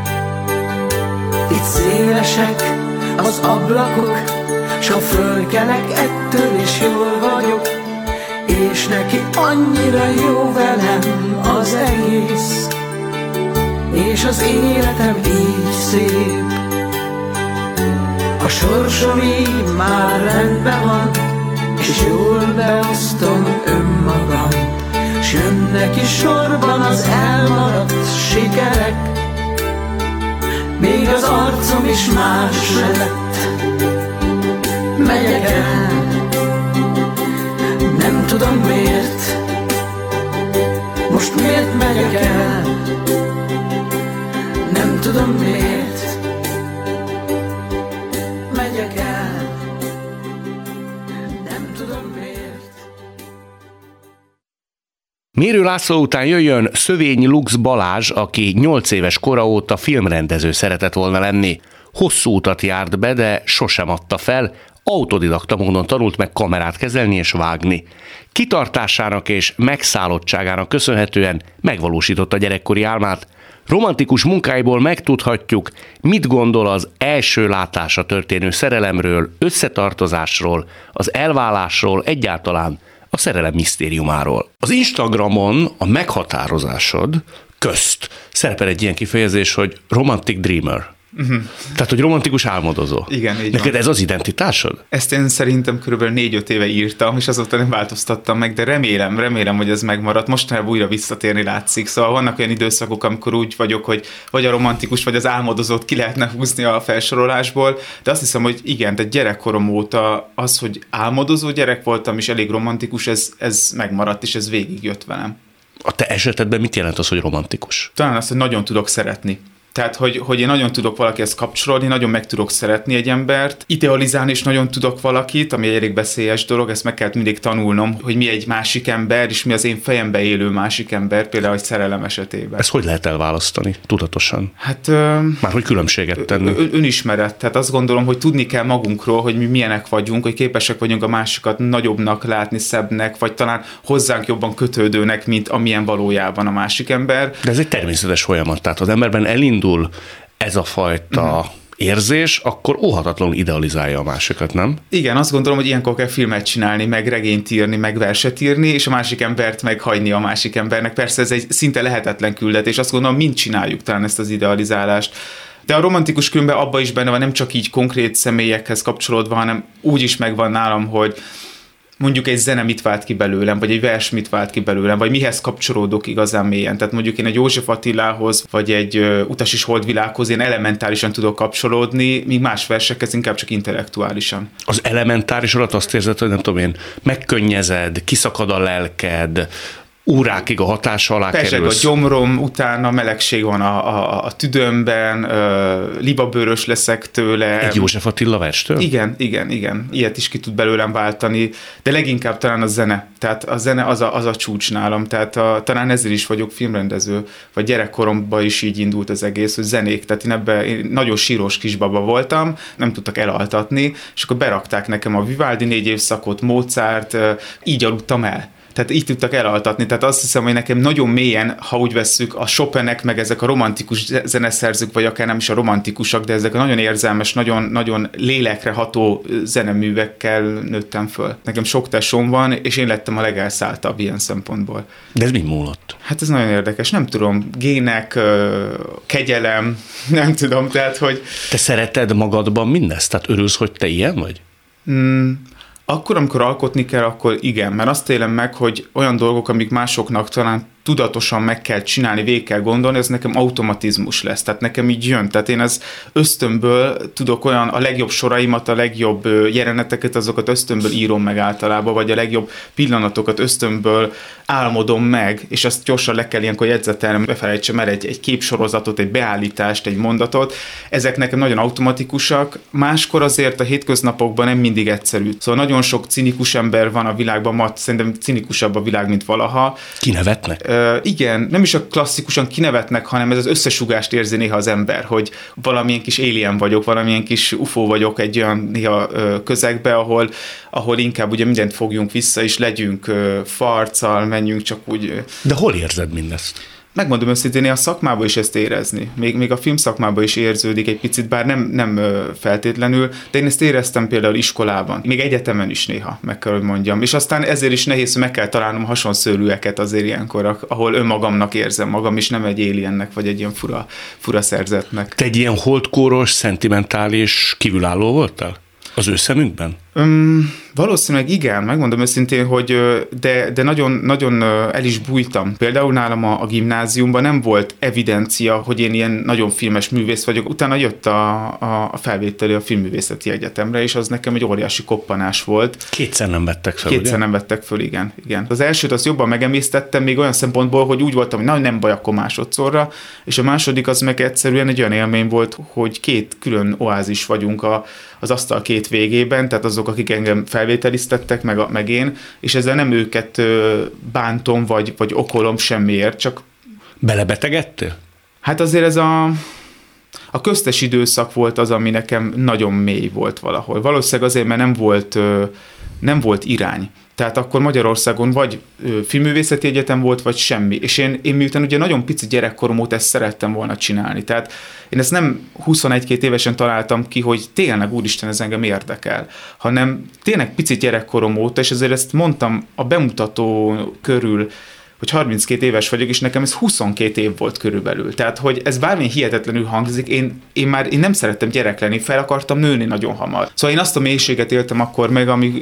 Itt szélesek az ablakok, s ha fölkelek, ettől is jól vagyok, és neki annyira jó velem az egész, és az életem így szép. A sorsom így már rendben van, és jól beosztom önmagam, s jönnek is sorban az elmaradt sikerek, még az arcom is más lett. Megyek el, nem tudom miért, most miért megyek el, nem tudom miért, megyek el, nem tudom miért. Mérő László után jöjjön Szövényi Lux Balázs, aki 8 éves kora óta filmrendező szeretett volna lenni. Hosszú utat járt be, de sosem adta fel, autodidakta módon tanult meg kamerát kezelni és vágni. Kitartásának és megszállottságának köszönhetően megvalósította gyerekkori álmát. Romantikus munkáiból megtudhatjuk, mit gondol az első látásra történő szerelemről, összetartozásról, az elválásról, egyáltalán a szerelem misztériumáról. Az Instagramon a meghatározásod közt szerepel egy ilyen kifejezés, hogy romantic dreamer. Tehát, hogy romantikus álmodozó. Igen, így Neked van. ez az identitásod? Ezt én szerintem körülbelül 4-5 éve írtam, és azóta nem változtattam meg, de remélem, hogy ez megmaradt. Mostanában újra visszatérni látszik. Szóval vannak olyan időszakok, amikor úgy vagyok, hogy vagy a romantikus, vagy az álmodozót ki lehetne húzni a felsorolásból, de azt hiszem, hogy igen, de gyerekkorom óta az, hogy álmodozó gyerek voltam, és elég romantikus, ez megmaradt, és ez végigjött velem. A te esetedben mit jelent az, hogy romantikus? Talán azt, hogy nagyon tudok szeretni. Tehát, hogy én nagyon tudok valakihez kapcsolódni, nagyon meg tudok szeretni egy embert, idealizálni is nagyon tudok valakit, ami egy elég veszélyes dolog, ezt meg kellett mindig tanulnom, hogy mi egy másik ember, és mi az én fejembe élő másik ember, például egy szerelem esetében. Ezt hogy lehet elválasztani tudatosan? Hát... Már hogy különbséget tenni? Önismeret. Tehát azt gondolom, hogy tudni kell magunkról, hogy mi milyenek vagyunk, hogy képesek vagyunk a másikat nagyobbnak látni, szebbnek, vagy talán hozzánk jobban kötődőnek, mint amilyen valójában a másik ember. De ez egy természetes folyamat, tehát az emberben elindul ez a fajta érzés, akkor óhatatlanul idealizálja a másikat, nem? Igen, azt gondolom, hogy ilyenkor kell filmet csinálni, meg regényt írni, meg verset írni, és a másik embert meghagyni a másik embernek. Persze ez egy szinte lehetetlen küldetés, azt gondolom, mind csináljuk talán ezt az idealizálást. De a romantikus különben abban is benne van, nem csak így konkrét személyekhez kapcsolódva, hanem úgy is megvan nálam, hogy mondjuk egy zene mit vált ki belőlem, vagy egy vers mit vált ki belőlem, vagy mihez kapcsolódok igazán mélyen. Tehát mondjuk én egy József Attilához, vagy egy Utas is Holdvilághoz én elementárisan tudok kapcsolódni, míg más versekhez inkább csak intellektuálisan. Az elementáris alatt azt érzed, hogy nem tudom én, megkönnyezed, kiszakad a lelked, órákig a hatása alá Pezseg kerülsz. a gyomrom, utána melegség van a tüdőmben, libabőrös leszek tőle. Egy József Attila verstől? Igen. Ilyet is ki tud belőlem váltani, de leginkább talán a zene. Tehát a zene az a csúcs nálam. Tehát talán ezzel is vagyok filmrendező, vagy gyerekkoromban is így indult az egész, hogy zenék. Tehát én nagyon sírós kisbaba voltam, nem tudtak elaltatni, és akkor berakták nekem a Vivaldi 4 évszakot, Mozart, így aludtam el. Tehát így tudtak elaltatni. Tehát azt hiszem, hogy nekem nagyon mélyen, ha úgy vesszük, a Chopinek, meg ezek a romantikus zeneszerzők, vagy akár nem is a romantikusak, de ezek a nagyon érzelmes, nagyon, nagyon lélekre ható zeneművekkel nőttem föl. Nekem sok tesóm van, és én lettem a legelszálltabb ilyen szempontból. De ez mi múlott? Hát ez nagyon érdekes. Nem tudom, gének, kegyelem, nem tudom, tehát, hogy... Te szereted magadban mindezt? Tehát örülsz, hogy te ilyen vagy? Akkor, amikor alkotni kell, akkor igen, mert azt élem meg, hogy olyan dolgok, amik másoknak talán tudatosan meg kell csinálni, végig kell gondolni, ez nekem automatizmus lesz. Tehát nekem így jön. Tehát én az ösztönből tudok olyan, a legjobb soraimat, a legjobb jeleneteket, azokat ösztönből írom meg általában, vagy a legjobb pillanatokat ösztönből álmodom meg, és azt gyorsan le kell ilyenkor jegyzetelni, befelejtsem el egy képsorozatot, egy beállítást, egy mondatot. Ezek nekem nagyon automatikusak. Máskor azért a hétköznapokban nem mindig egyszerű. Szóval nagyon sok cinikus ember van a világban, ma szerintem cinikusabb a világ, mint valaha. Kinevetnek? Igen, nem is a klasszikusan kinevetnek, hanem ez az összesugást érzi néha az ember, hogy valamilyen kis alien vagyok, valamilyen kis UFO vagyok egy olyan néha közegbe, ahol inkább ugye mindent fogjunk vissza, és legyünk farccal, menjünk csak úgy. De hol érzed mindezt? Megmondom őszintén, a szakmában is ezt érezni. Még a filmszakmában is érződik egy picit, bár nem feltétlenül, de én ezt éreztem például iskolában, még egyetemen is néha, meg kell, hogy mondjam. És aztán ezért is nehéz, hogy meg kell találnom hasonszőrűeket azért ilyenkor, ahol önmagamnak érzem magam, és nem egy aliennek, vagy egy ilyen fura szerzetnek. Te egy ilyen holdkóros, szentimentális kívülálló voltál? Az ő szemünkben? Valószínűleg igen, megmondom őszintén, hogy de nagyon, nagyon el is bújtam. Például nálam a gimnáziumban nem volt evidencia, hogy én ilyen nagyon filmes művész vagyok. Utána jött a felvételi a Filmművészeti Egyetemre, és az nekem egy óriási koppanás volt. Kétszer nem vettek fel, Kétszer ugye? nem vettek föl, igen. Az elsőt azt jobban megemésztettem, még olyan szempontból, hogy úgy voltam, hogy nem baj, akkor másodszorra, és a második az meg egyszerűen egy olyan élmény volt, hogy két külön oázis vagyunk az asztal két végében, tehát azok, akik engem felvételiztettek, meg én, és ezzel nem őket bántom, vagy okolom semmiért, csak... Belebetegedtél? Hát azért ez a köztes időszak volt az, ami nekem nagyon mély volt valahol. Valószínűleg azért, mert nem volt irány. Tehát akkor Magyarországon vagy Filmművészeti Egyetem volt, vagy semmi. És én miután ugye nagyon pici gyerekkorom óta ezt szerettem volna csinálni. Tehát én ezt nem 21-2 évesen találtam ki, hogy tényleg úristen, ez engem érdekel, hanem tényleg pici gyerekkorom óta, és ezért ezt mondtam a bemutató körül, hogy 32 éves vagyok, és nekem ez 22 év volt körülbelül. Tehát, hogy ez bármilyen hihetetlenül hangzik, én nem szerettem gyerek lenni, fel akartam nőni nagyon hamar. Szóval én azt a mélységet éltem akkor meg, ami...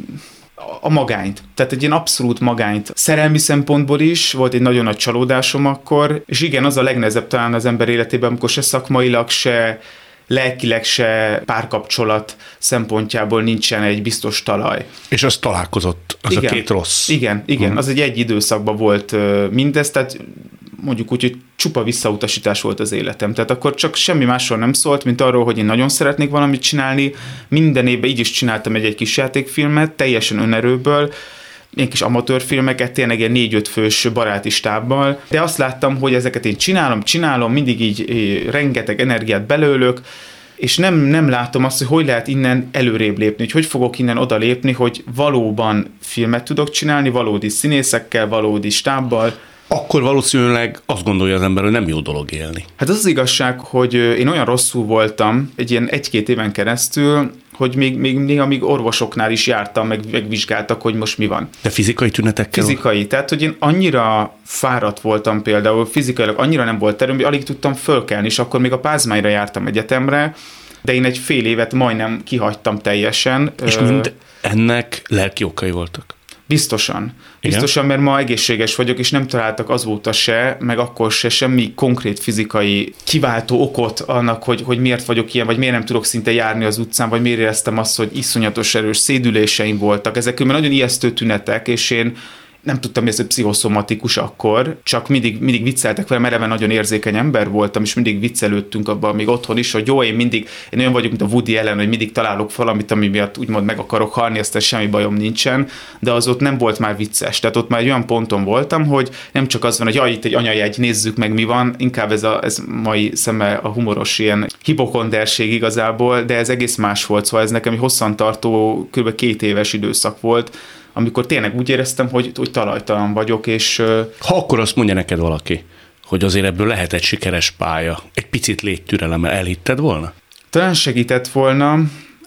a magányt. Tehát egy ilyen abszolút magányt. Szerelmi szempontból is volt egy nagyon nagy csalódásom akkor, és igen, az a legnehezebb talán az ember életében, amikor se szakmailag, se lelkileg, se párkapcsolat szempontjából nincsen egy biztos talaj. És az találkozott, az igen, a két rossz. Igen, az egy időszakban volt mindez, tehát mondjuk úgy, hogy csupa visszautasítás volt az életem. Tehát akkor csak semmi másról nem szólt, mint arról, hogy én nagyon szeretnék valamit csinálni. Minden évben így is csináltam egy kis játékfilmet, teljesen önerőből, ilyen kis amatőrfilmeket, tényleg ilyen 4-5 fős baráti stábbal. De azt láttam, hogy ezeket én csinálom, mindig így rengeteg energiát belőlök, és nem látom azt, hogy lehet innen előrébb lépni, hogy fogok innen oda lépni, hogy valóban filmet tudok csinálni, valódi színészekkel, valódi stábbal. Akkor valószínűleg azt gondolja az ember, hogy nem jó dolog élni. Hát az igazság, hogy én olyan rosszul voltam egy ilyen 1-2 éven keresztül, hogy még amíg orvosoknál is jártam, megvizsgáltak, hogy most mi van. De fizikai tünetekkel? Fizikai. Tehát, hogy én annyira fáradt voltam például, fizikailag annyira nem volt erőm, hogy alig tudtam fölkelni, és akkor még a Pázmányra jártam egyetemre, de én egy fél évet majdnem kihagytam teljesen. És mind ennek lelki okai voltak? Biztosan, mert ma egészséges vagyok, és nem találtak azóta se, meg akkor se semmi konkrét fizikai kiváltó okot annak, hogy miért vagyok ilyen, vagy miért nem tudok szinte járni az utcán, vagy miért éreztem azt, hogy iszonyatos erős szédüléseim voltak. Ezek nagyon ijesztő tünetek, és én nem tudtam, hogy ez egy pszichoszomatikus akkor, csak mindig vicceltek velem, eleve nagyon érzékeny ember voltam, és mindig viccelődtünk abban még otthon is, hogy jó, én olyan vagyok, mint a Woody Allen, hogy mindig találok valamit, ami miatt úgymond meg akarok halni, aztán semmi bajom nincsen, de az ott nem volt már vicces. Tehát ott már egy olyan ponton voltam, hogy nem csak az van, hogy itt egy anyajegy, nézzük meg mi van, inkább ez mai szemmel a humoros ilyen hipokonderség igazából, de ez egész más volt, szóval ez nekem egy hosszantartó, kb. 2 éves időszak volt, amikor tényleg úgy éreztem, hogy talajtalan vagyok, és... Ha akkor azt mondja neked valaki, hogy azért ebből lehet egy sikeres pálya, egy picit légy türelemmel, elhitted volna? Talán segített volna,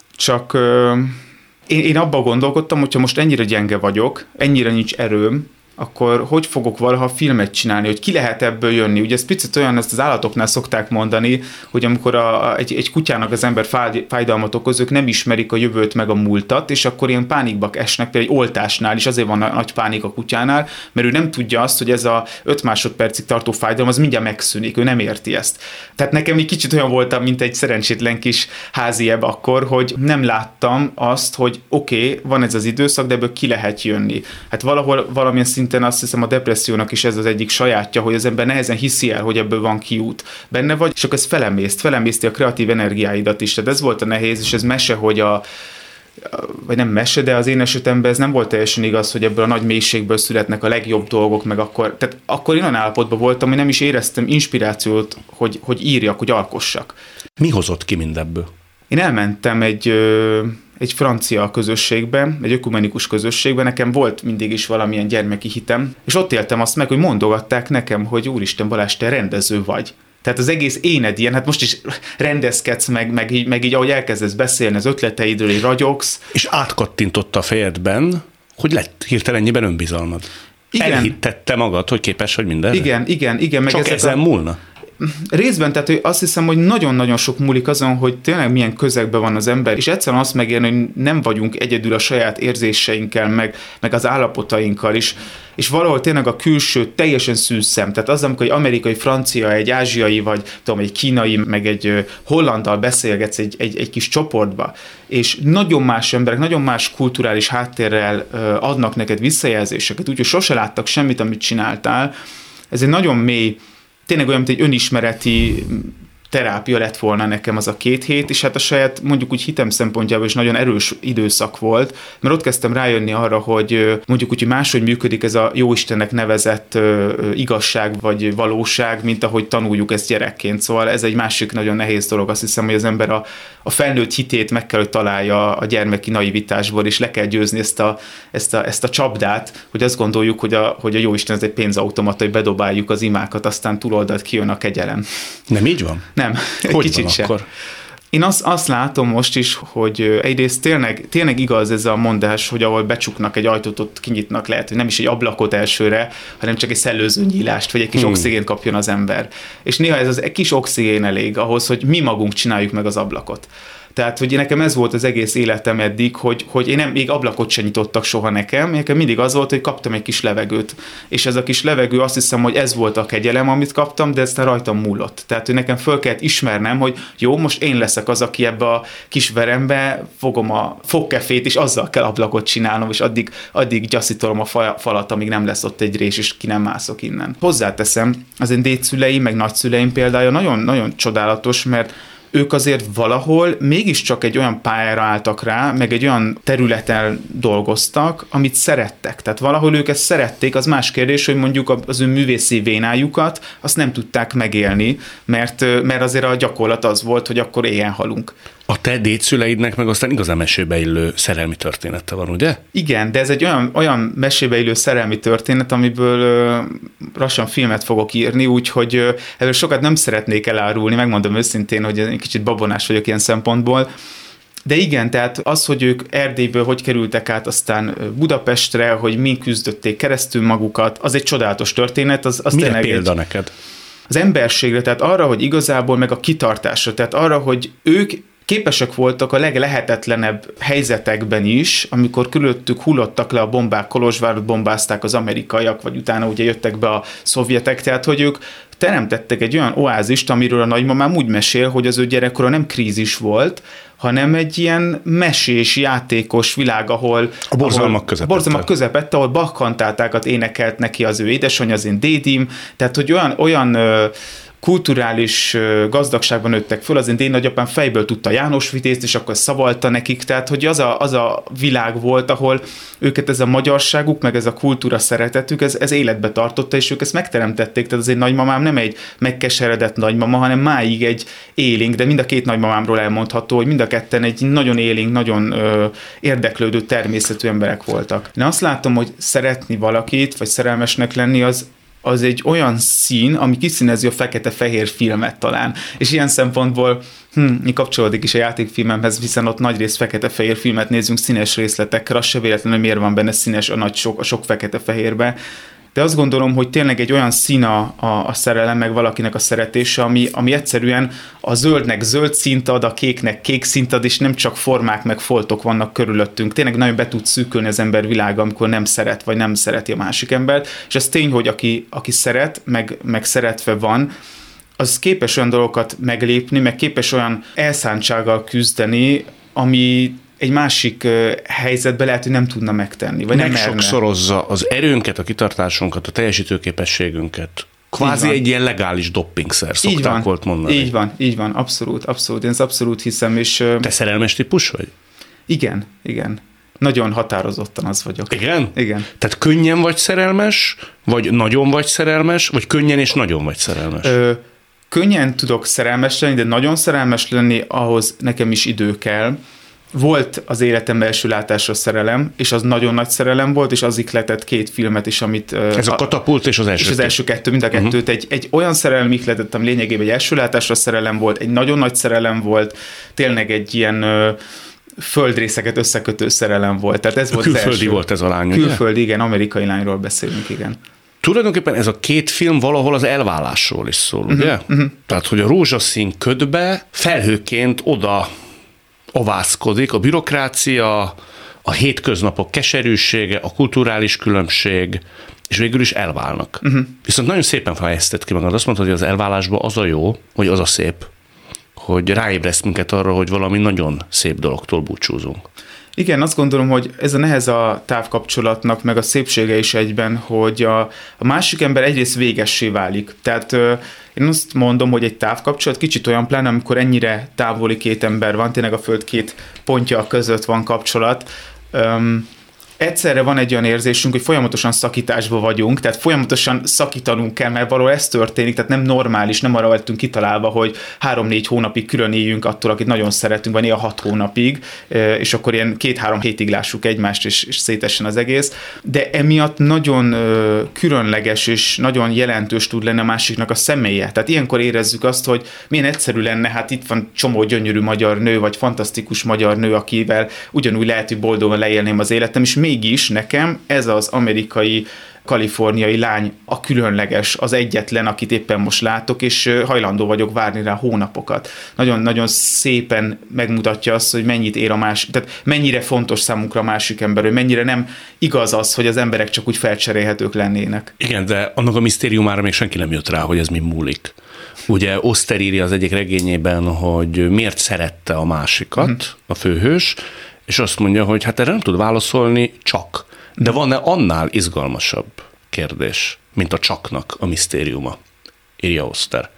csak én abban gondolkodtam, hogyha most ennyire gyenge vagyok, ennyire nincs erőm, akkor hogy fogok valaha filmet csinálni, hogy ki lehet ebből jönni. Ugye ez picit olyan, ezt az állatoknál szokták mondani, hogy amikor egy kutyának az ember fájdalmat okoz, ők nem ismerik a jövőt meg a múltat, és akkor ilyen pánikba esnek, például egy oltásnál is azért van nagy pánik a kutyánál, mert ő nem tudja azt, hogy ez a 5 másodpercig tartó fájdalom, az mindjárt megszűnik, ő nem érti ezt. Tehát nekem egy kicsit olyan voltam, mint egy szerencsétlen kis háziebb akkor, hogy nem láttam azt, hogy oké, van ez az időszak, de ebből ki lehet jönni. Hát valahol valamilyen szinten azt hiszem a depressziónak is ez az egyik sajátja, hogy az ember nehezen hiszi el, hogy ebből van kiút. Benne vagy, és akkor ez felemészti a kreatív energiáidat is. Tehát ez volt a nehéz, és ez mese, hogy vagy nem mese, de az én esetemben ez nem volt teljesen igaz, hogy ebből a nagy mélységből születnek a legjobb dolgok, meg akkor én olyan állapotban voltam, hogy nem is éreztem inspirációt, hogy írjak, hogy alkossak. Mi hozott ki mindebből? Én elmentem egy francia közösségbe, egy ökumenikus közösségbe, nekem volt mindig is valamilyen gyermeki hitem, és ott éltem azt meg, hogy mondogatták nekem, hogy úristen Balázs, te rendező vagy. Tehát az egész éned ilyen, hát most is rendezkedsz, meg így ahogy elkezdesz beszélni az ötleteidről, így ragyogsz. És átkattintott a fejedben, hogy lett hirtelen ennyiben önbizalmad. Igen. Elhittette magad, hogy képes vagy mindenre? Igen. Meg csak ezen múlna? Részben, tehát hogy azt hiszem, hogy nagyon-nagyon sok múlik azon, hogy tényleg milyen közegben van az ember, és egyszerűen azt megérni, hogy nem vagyunk egyedül a saját érzéseinkkel, meg az állapotainkkal is, és valahol tényleg a külső teljesen szűz szem, tehát az, amikor egy amerikai, francia, egy ázsiai, vagy tudom, egy kínai, meg egy hollanddal beszélgetsz egy kis csoportba, és nagyon más emberek, nagyon más kulturális háttérrel adnak neked visszajelzéseket, úgyhogy sose láttak semmit, amit csináltál, ez egy nagyon mély, tényleg olyan, mint egy önismereti terápia lett volna nekem az a 2 hét, és hát a saját, mondjuk úgy hitem szempontjából is nagyon erős időszak volt, mert ott kezdtem rájönni arra, hogy mondjuk úgy, hogy máshogy működik ez a Jóistennek nevezett igazság vagy valóság, mint ahogy tanuljuk ezt gyerekként. Szóval ez egy másik nagyon nehéz dolog. Azt hiszem, hogy az ember a felnőtt hitét meg kell, hogy találja a gyermeki naivitásból, és le kell győzni ezt a csapdát, hogy azt gondoljuk, hogy a Jóisten ez egy pénzautomata, hogy bedobáljuk az imákat, aztán túloldalt kijön a kegyelem. Nem így van? Nem, hogy kicsit van sem. Akkor? Én azt látom most is, hogy egyrészt tényleg igaz ez a mondás, hogy ahol becsuknak egy ajtót, ott kinyitnak, lehet, hogy nem is egy ablakot elsőre, hanem csak egy szellőzőnyílást, vagy egy kis oxigént kapjon az ember. És néha ez az egy kis oxigén elég ahhoz, hogy mi magunk csináljuk meg az ablakot. Tehát, hogy nekem ez volt az egész életem eddig, hogy én még ablakot sem nyitottak soha nekem mindig az volt, hogy kaptam egy kis levegőt. És ez a kis levegő, azt hiszem, hogy ez volt a kegyelem, amit kaptam, de ezt rajtam múlott. Tehát, hogy nekem föl kellett ismernem, hogy jó, most én leszek az, aki ebbe a kis verembe fogom a fogkefét, és azzal kell ablakot csinálnom, és addig gyaszítolom a falat, amíg nem lesz ott egy rés, és ki nem mászok innen. Hozzáteszem, az én dédszüleim, meg nagyszüleim példája nagyon-nagyon csodálatos, mert ők azért valahol mégiscsak egy olyan pályára álltak rá, meg egy olyan területen dolgoztak, amit szerettek. Tehát valahol ők ezt szerették, az más kérdés, hogy mondjuk az ő művészi vénájukat azt nem tudták megélni, mert azért a gyakorlat az volt, hogy akkor éjjel halunk. A te dédszüleidnek meg aztán igazán mesébe illő szerelmi története van, ugye? Igen, de ez egy olyan mesébe illő szerelmi történet, amiből lassan filmet fogok írni, úgyhogy ebből sokat nem szeretnék elárulni, megmondom őszintén, hogy egy kicsit babonás vagyok ilyen szempontból. De igen, tehát az, hogy ők Erdélyből hogy kerültek át aztán Budapestre, hogy mi küzdötték keresztül magukat, az egy csodálatos történet. Az milyen példa neked? Az emberségre, tehát arra, hogy igazából meg a kitartásra, tehát arra, hogy ők képesek voltak a leglehetetlenebb helyzetekben is, amikor körülöttük hullottak le a bombák, Kolozsvárot bombázták az amerikaiak, vagy utána ugye jöttek be a szovjetek, tehát hogy ők teremtettek egy olyan oázist, amiről a nagymamám úgy mesél, hogy az ő gyerekkora nem krízis volt, hanem egy ilyen mesés, játékos világ, ahol a borzalmak közepette, ahol Bach kantátákat énekelt neki az ő édesanyja, az én dédim, tehát hogy olyan kulturális gazdagságban nőttek föl, az én nagyapám fejből tudta János Vitézt, és akkor szavalta nekik, tehát hogy az a világ volt, ahol őket ez a magyarságuk, meg ez a kultúra szeretetük, ez életbe tartotta, és ők ezt megteremtették, tehát az én nagymamám nem egy megkeseredett nagymama, hanem máig egy élénk, de mind a két nagymamámról elmondható, hogy mind a ketten egy nagyon élénk, nagyon érdeklődő természetű emberek voltak. Én azt látom, hogy szeretni valakit, vagy szerelmesnek lenni, az egy olyan szín, ami kiszínezi a fekete-fehér filmet talán. És ilyen szempontból kapcsolódik is a játékfilmemhez, hiszen ott nagyrészt fekete-fehér filmet nézünk színes részletekre, az se véletlenül miért van benne színes a sok fekete-fehérbe. De azt gondolom, hogy tényleg egy olyan szín a szerelem, meg valakinek a szeretése, ami egyszerűen a zöldnek zöld színt ad, a kéknek kék színt ad, és nem csak formák meg foltok vannak körülöttünk. Tényleg nagyon be tud szűkölni az ember világa, amikor nem szeret, vagy nem szereti a másik embert. És ez tény, hogy aki szeret, meg szeretve van, az képes olyan dolgokat meglépni, meg képes olyan elszántsággal küzdeni, ami egy másik helyzetben lehet, hogy nem tudna megtenni, vagy nem merne. Megsokszorozza az erőnket, a kitartásunkat, a teljesítőképességünket. Kvázi egy ilyen legális doppingszer, szokták volt mondani. Így van, abszolút. Én ezt abszolút hiszem. És, te szerelmes típus vagy? Igen. Nagyon határozottan az vagyok. Igen? Igen. Tehát könnyen vagy szerelmes, vagy nagyon vagy szerelmes, vagy könnyen és nagyon vagy szerelmes? Könnyen tudok szerelmes lenni, de nagyon szerelmes lenni, ahhoz nekem is idő kell. Volt az életemben első látásra szerelem, és az nagyon nagy szerelem volt, és az ihletett 2 filmet is, amit... Ez a Katapult és az első. És az első 2, mind a kettőt. Egy olyan szerelem ihletett, ami lényegében egy első látásra szerelem volt, egy nagyon nagy szerelem volt, tényleg egy ilyen földrészeket összekötő szerelem volt. Tehát ez volt külföldi az első. Volt ez a lány, külföldi, igen, amerikai lányról beszélünk, igen. Tulajdonképpen ez a 2 film valahol az elválásról is szól, ugye? Tehát, hogy a rózsaszín ködbe felhőként oda ovászkodik a bürokrácia, a hétköznapok keserűsége, a kulturális különbség, és végül is elválnak. Viszont nagyon szépen fejezted ki magad. Azt mondtad, hogy az elválásban az a jó, vagy az a szép, hogy ráébreszt minket arra, hogy valami nagyon szép dologtól búcsúzunk. Igen, azt gondolom, hogy ez a nehez a távkapcsolatnak, meg a szépsége is egyben, hogy a másik ember egyrészt végessé válik. Tehát én azt mondom, hogy egy távkapcsolat kicsit olyan pláne, amikor ennyire távoli 2 ember van, tényleg a Föld 2 pontja között van kapcsolat, egyszerre van egy olyan érzésünk, hogy folyamatosan szakításban vagyunk, tehát folyamatosan szakítanunk kell, mert valahol ez történik, tehát nem normális, nem arra vagyunk kitalálva, hogy 3-4 hónapig külön éljünk attól, akit nagyon szeretünk, vagy néha 6 hónapig, és akkor ilyen 2-3 hétig lássuk egymást, és szétessen az egész. De emiatt nagyon különleges és nagyon jelentős tud lenni a másiknak a személye. Tehát ilyenkor érezzük azt, hogy milyen egyszerű lenne, hát itt van csomó gyönyörű magyar nő, vagy fantasztikus magyar nő, akivel ugyanúgy lehet, hogy boldogan leélném az életem, és mégis nekem ez az amerikai, kaliforniai lány a különleges, az egyetlen, akit éppen most látok, és hajlandó vagyok várni rá hónapokat. Nagyon-nagyon szépen megmutatja azt, hogy mennyit ér a másik, tehát mennyire fontos számunkra a másik ember, hogy mennyire nem igaz az, hogy az emberek csak úgy felcserélhetők lennének. Igen, de annak a misztériumára még senki nem jött rá, hogy ez mi múlik. Ugye Oster írja az egyik regényében, hogy miért szerette a másikat, a főhős, és azt mondja, hogy hát erre nem tud válaszolni, csak. De van-e annál izgalmasabb kérdés, mint a csaknak a misztériuma? Írja Oster.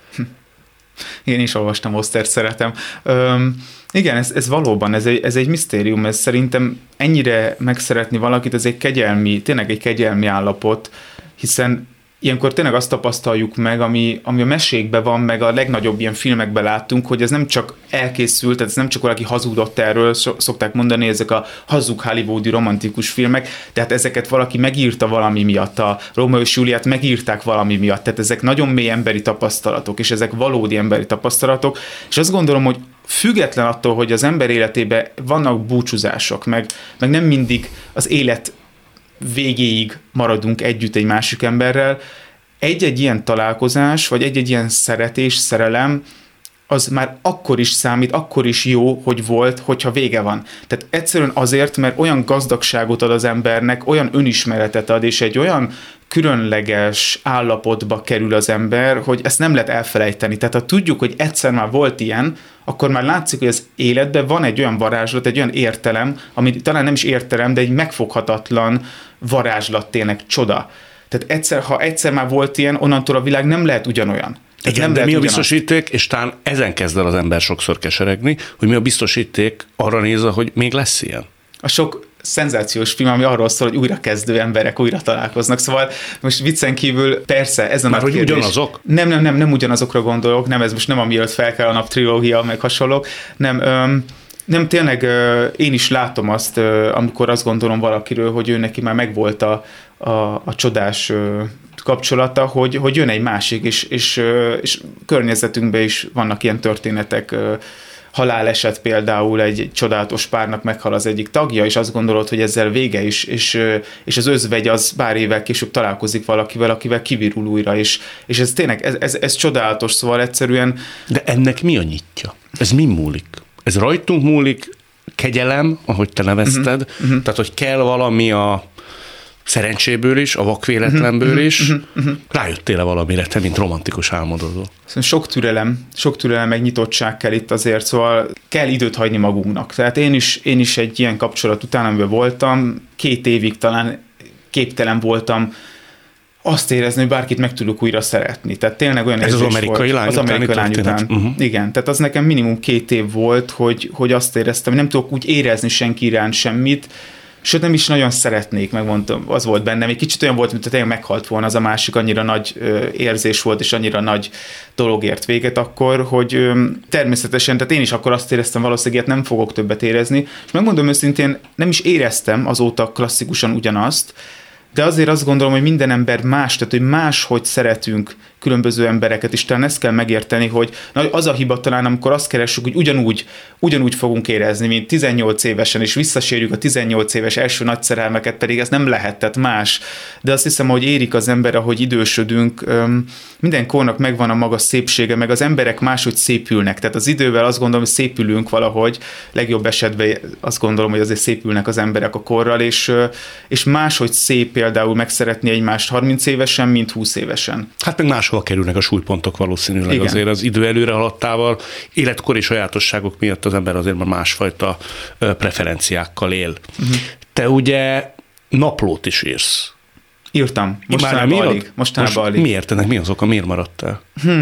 Én is olvastam Ostert, szeretem. Igen, ez valóban, ez egy misztérium, ez szerintem ennyire megszeretni valakit, ez egy kegyelmi, tényleg egy kegyelmi állapot, hiszen ilyenkor tényleg azt tapasztaljuk meg, ami a mesékben van, meg a legnagyobb ilyen filmekben láttunk, hogy ez nem csak elkészült, tehát ez nem csak valaki hazudott erről, szokták mondani, ezek a hazug hollywoodi romantikus filmek, tehát ezeket valaki megírta valami miatt, a Rómeó és Júliát megírták valami miatt, tehát ezek nagyon mély emberi tapasztalatok, és ezek valódi emberi tapasztalatok, és azt gondolom, hogy független attól, hogy az ember életében vannak búcsúzások, meg nem mindig az élet végéig maradunk együtt egy másik emberrel, egy-egy ilyen találkozás, vagy egy-egy ilyen szeretés, szerelem, az már akkor is számít, akkor is jó, hogy volt, hogyha vége van. Tehát egyszerűen azért, mert olyan gazdagságot ad az embernek, olyan önismeretet ad, és egy olyan különleges állapotba kerül az ember, hogy ezt nem lehet elfelejteni. Tehát ha tudjuk, hogy egyszer már volt ilyen, akkor már látszik, hogy az életben van egy olyan varázslat, egy olyan értelem, ami talán nem is értelem, de egy megfoghatatlan varázslat, tényleg csoda. Tehát ha egyszer már volt ilyen, onnantól a világ nem lehet ugyanolyan. Igen, nem de mi a biztosíték, és talán ezen kezd el az ember sokszor keseregni, hogy mi a biztosíték arra nézve, hogy még lesz ilyen. A sok szenzációs film, ami arról szól, hogy újrakezdő emberek újra találkoznak. Szóval most viccen kívül persze ez a már nagy kérdés. Ugyanazok? Nem ugyanazokra gondolok, nem, ez most nem amiatt fel kell a nap trilógia, meg hasonlók, nem, tényleg én is látom azt, amikor azt gondolom valakiről, hogy ő neki már megvolt a csodás kapcsolata, hogy jön egy másik, és környezetünkben is vannak ilyen történetek, haláleset például, egy csodálatos párnak meghal az egyik tagja, és azt gondolod, hogy ezzel vége is, és az özvegy az pár évvel később találkozik valakivel, akivel kivirul újra, és ez tényleg, ez csodálatos, szóval egyszerűen... De ennek mi a nyitja? Ez mi múlik? Ez rajtunk múlik, kegyelem, ahogy te nevezted, tehát, hogy kell valami a szerencséből is, a vakvéletlenből is. Rájöttél-e valamire, te, mint romantikus álmodozó? Sok türelem, meg nyitottság kell itt azért, szóval kell időt hagyni magunknak. Tehát én is egy ilyen kapcsolat után, amiben voltam, 2 évig talán képtelen voltam azt érezni, hogy bárkit meg tudok újra szeretni. Tehát tényleg olyan érzés volt. Ez az amerikai lány után? Az amerikai lány után. Igen, tehát az nekem minimum 2 év volt, hogy azt éreztem, hogy nem tudok úgy érezni senki iránt semmit, sőt nem is nagyon szeretnék, megmondtam, az volt bennem. Egy kicsit olyan volt, mint tényleg meghalt volna az a másik, annyira nagy érzés volt, és annyira nagy dolog ért véget akkor, hogy természetesen, tehát én is akkor azt éreztem, valószínűleg nem fogok többet érezni, és megmondom őszintén, nem is éreztem azóta klasszikusan ugyanazt, de azért azt gondolom, hogy minden ember más, tehát hogy máshogy szeretünk különböző embereket, és talán ezt kell megérteni, hogy az a hiba talán, amikor azt keressük, hogy ugyanúgy fogunk érezni, mint 18 évesen, és visszasérjük a 18 éves első nagy szerelmeket, pedig ez nem lehet, tehát más. De azt hiszem, hogy érik az ember, ahogy idősödünk, minden kornak megvan a maga szépsége, meg az emberek máshogy szépülnek. Tehát az idővel azt gondolom, hogy szépülünk valahogy, legjobb esetben azt gondolom, hogy azért szépülnek az emberek a korral, és máshogy szép például megszeretni egymást 30 évesen, mint 20 évesen. Hát meg máshova kerülnek a súlypontok valószínűleg. Igen. Azért az idő előre haladtával, életkori sajátosságok miatt az ember azért már másfajta preferenciákkal él. Te ugye naplót is írsz. Írtam. Mostanában alig. Miért? Ennek mi az oka? Miért maradtál?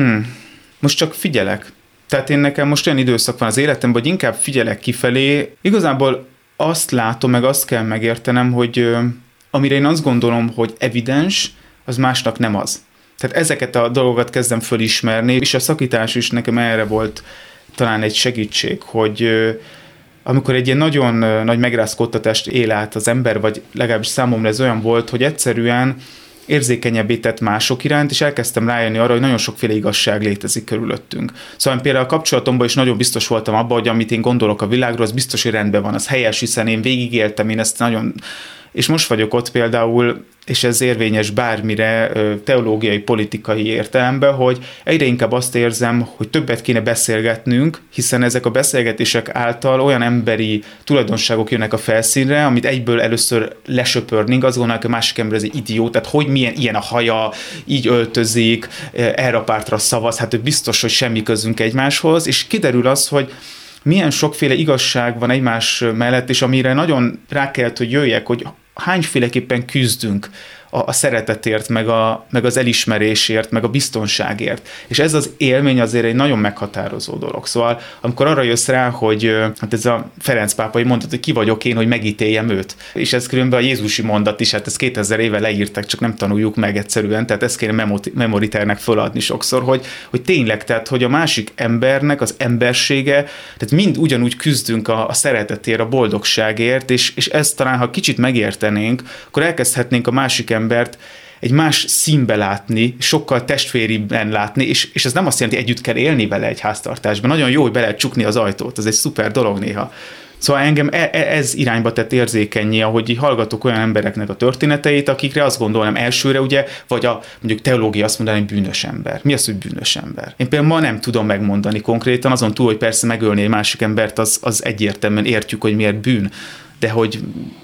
Most csak figyelek. Tehát nekem most olyan időszak van az életemben, hogy inkább figyelek kifelé. Igazából azt látom, meg azt kell megértenem, hogy amire én azt gondolom, hogy evidens, az másnak nem az. Tehát ezeket a dolgokat kezdem fölismerni, és a szakítás is nekem erre volt talán egy segítség, hogy amikor egy ilyen nagyon nagy megrázkódtatást él át az ember, vagy legalábbis számomra ez olyan volt, hogy egyszerűen érzékenyebbé tett mások iránt, és elkezdtem rájönni arra, hogy nagyon sokféle igazság létezik körülöttünk. Szóval például a kapcsolatomban is nagyon biztos voltam abban, hogy amit én gondolok a világról, az biztos, hogy rendben van, az helyes, hiszen én végigéltem, én ezt nagyon... És most vagyok ott például, és ez érvényes bármire teológiai, politikai értelemben, hogy egyre inkább azt érzem, hogy többet kéne beszélgetnünk, hiszen ezek a beszélgetések által olyan emberi tulajdonságok jönnek a felszínre, amit egyből először lesöpörnénk, azt gondolják, hogy a másik ember ez egy idiót, tehát hogy milyen ilyen a haja, így öltözik, erre a pártra szavaz, hát ő biztos, hogy semmi közünk egymáshoz, és kiderül az, hogy milyen sokféle igazság van egymás mellett, és amire nagyon rá kellett, hogy jöjjek, hogy hányféleképpen küzdünk a szeretetért, meg az elismerésért, meg a biztonságért. És ez az élmény azért egy nagyon meghatározó dolog. Szóval amikor arra jössz rá, hogy hát ez a Ferenc pápai mondat, hogy ki vagyok én, hogy megítéljem őt. És ez különben a jézusi mondat is, hát ezt 2000 éve leírták, csak nem tanuljuk meg egyszerűen, tehát ezt kéne memoriternek föladni sokszor, hogy tényleg, tehát hogy a másik embernek az embersége, tehát mind ugyanúgy küzdünk a szeretetért, a boldogságért, és ezt talán, ha kicsit megértenénk, akkor elkezdhetnénk a másik embert egy más színbe látni, sokkal testvériben látni, és ez nem azt jelenti, együtt kell élni vele egy háztartásban. Nagyon jó, hogy be lehet csukni az ajtót, ez egy szuper dolog néha. Szóval engem ez irányba tett érzékennyé, ahogy így hallgatok olyan embereknek a történeteit, akikre azt gondolom elsőre, ugye, vagy mondjuk teológia azt mondaná, hogy bűnös ember. Mi az, hogy bűnös ember? Én például ma nem tudom megmondani konkrétan, azon túl, hogy persze megölni egy másik embert, az egyértelműen értjük, hogy miért bűn, de hogy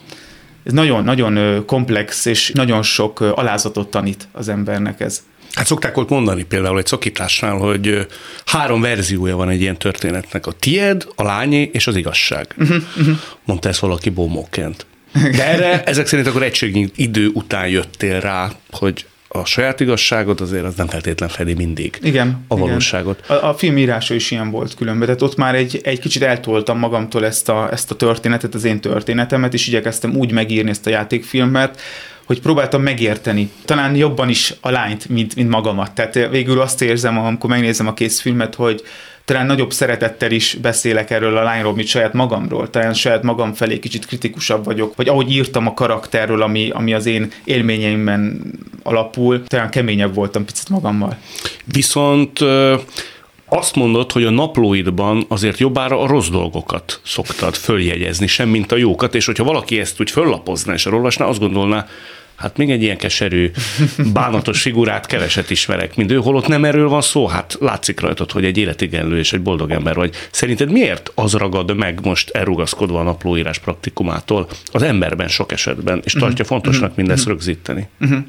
ez nagyon-nagyon komplex, és nagyon sok alázatot tanít az embernek ez. Hát szokták ott mondani például egy szakításnál, hogy 3 verziója van egy ilyen történetnek. A tied, a lányé és az igazság. Mondta ezt valaki bomóként. De erre ezek szerint akkor egységnyi idő után jöttél rá, hogy a saját igazságod azért az nem feltétlen fedi mindig a valóságot. Igen. A film írása is ilyen volt különben, tehát ott már egy kicsit eltoltam magamtól ezt a történetet, az én történetemet, és igyekeztem úgy megírni ezt a játékfilmet, hogy próbáltam megérteni, talán jobban is a lányt, mint magamat. Tehát végül azt érzem, amikor megnézem a készfilmet, hogy talán nagyobb szeretettel is beszélek erről a lányról, mint saját magamról. Talán saját magam felé kicsit kritikusabb vagyok, vagy ahogy írtam a karakterről, ami az én élményeimben alapul, talán keményebb voltam picit magammal. Viszont azt mondod, hogy a naplóidban azért jobbára a rossz dolgokat szoktad följegyezni, semmint a jókat, és hogyha valaki ezt úgy föllapozna és elolvasná, azt gondolná, hát még egy ilyen keserű, bánatos figurát keveset ismerek, mint ő, holott nem erről van szó, hát látszik rajtad, hogy egy életigenlő és egy boldog ember vagy. Szerinted miért az ragad meg most elrugaszkodva a naplóírás praktikumától az emberben sok esetben, és tartja fontosnak mindezt rögzíteni?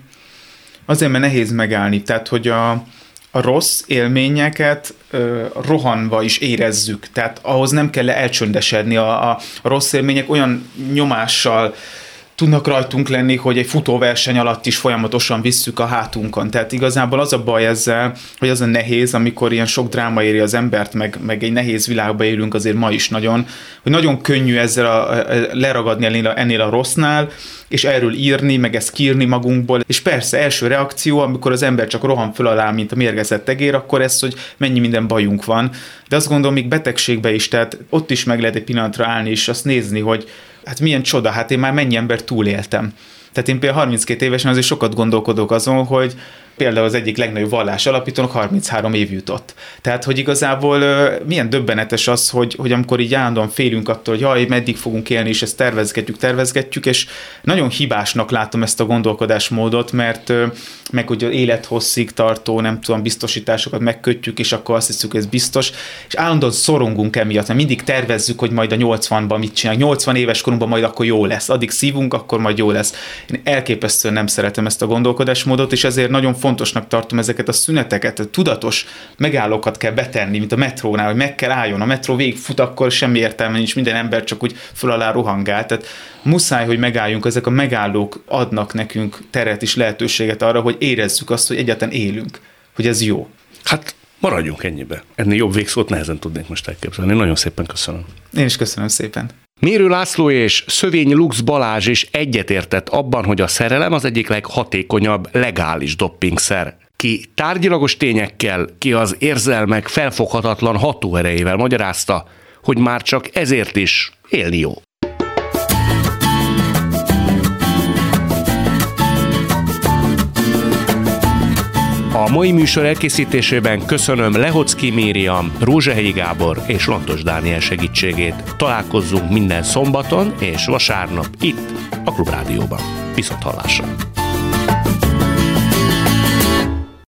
Azért, mert nehéz megállni, tehát hogy a rossz élményeket rohanva is érezzük, tehát ahhoz nem kell elcsöndesedni, a rossz élmények olyan nyomással tudnak rajtunk lenni, hogy egy futóverseny alatt is folyamatosan visszük a hátunkon. Tehát igazából az a baj ezzel, hogy az a nehéz, amikor ilyen sok dráma éri az embert, meg egy nehéz világba élünk azért ma is nagyon, hogy nagyon könnyű ezzel leragadni ennél a rossznál, és erről írni, meg ezt kiírni magunkból. És persze első reakció, amikor az ember csak rohan föl alá, mint a mérgezett egér, akkor ez, hogy mennyi minden bajunk van. De azt gondolom, még betegségbe is, tehát ott is meg lehet egy pillanatra állni, és azt nézni, hogy hát milyen csoda, hát én már mennyi ember túléltem. Tehát én például 32 évesen azért sokat gondolkodok azon, hogy például az egyik legnagyobb vallás alapítónak 33 év jutott. Tehát, hogy igazából milyen döbbenetes az, hogy amikor így állandóan félünk attól, hogy jaj, meddig fogunk élni, és ezt tervezgetjük, és nagyon hibásnak látom ezt a gondolkodásmódot, mert meg hogy az élethosszig tartó, nem tudom, biztosításokat megkötjük, és akkor azt hiszük, hogy ez biztos, és állandóan szorongunk emiatt, mert mindig tervezzük, hogy majd a 80-ban mit csinálunk, 80 éves korunkban majd akkor jó lesz, addig szívunk, akkor majd jó lesz. Én elképesztően nem szeretem ezt a gondolkodásmódot, és ezért nagyon fontosnak tartom ezeket a szüneteket, a tudatos megállókat kell betenni, mint a metrónál, hogy meg kell álljon. A metró végigfut, akkor semmi értelme nincs, minden ember csak úgy föl alá rohangál. Tehát muszáj, hogy megálljunk, ezek a megállók adnak nekünk teret és lehetőséget arra, hogy érezzük azt, hogy egyáltalán élünk, hogy ez jó. Hát maradjunk ennyibe. Ennél jobb végszót nehezen tudnék most elképzelni. Nagyon szépen köszönöm. Én is köszönöm szépen. Mérő László és Szövényi Lux Balázs is egyetértett abban, hogy a szerelem az egyik leghatékonyabb legális doppingszer. Ki tárgyilagos tényekkel, ki az érzelmek felfoghatatlan hatóerejével magyarázta, hogy már csak ezért is élni jó. A mai műsor elkészítésében köszönöm Lehocki Miriam, Rózsahelyi Gábor és Lantos Dániel segítségét. Találkozzunk minden szombaton és vasárnap itt a Klubrádióban. Viszonthallásra!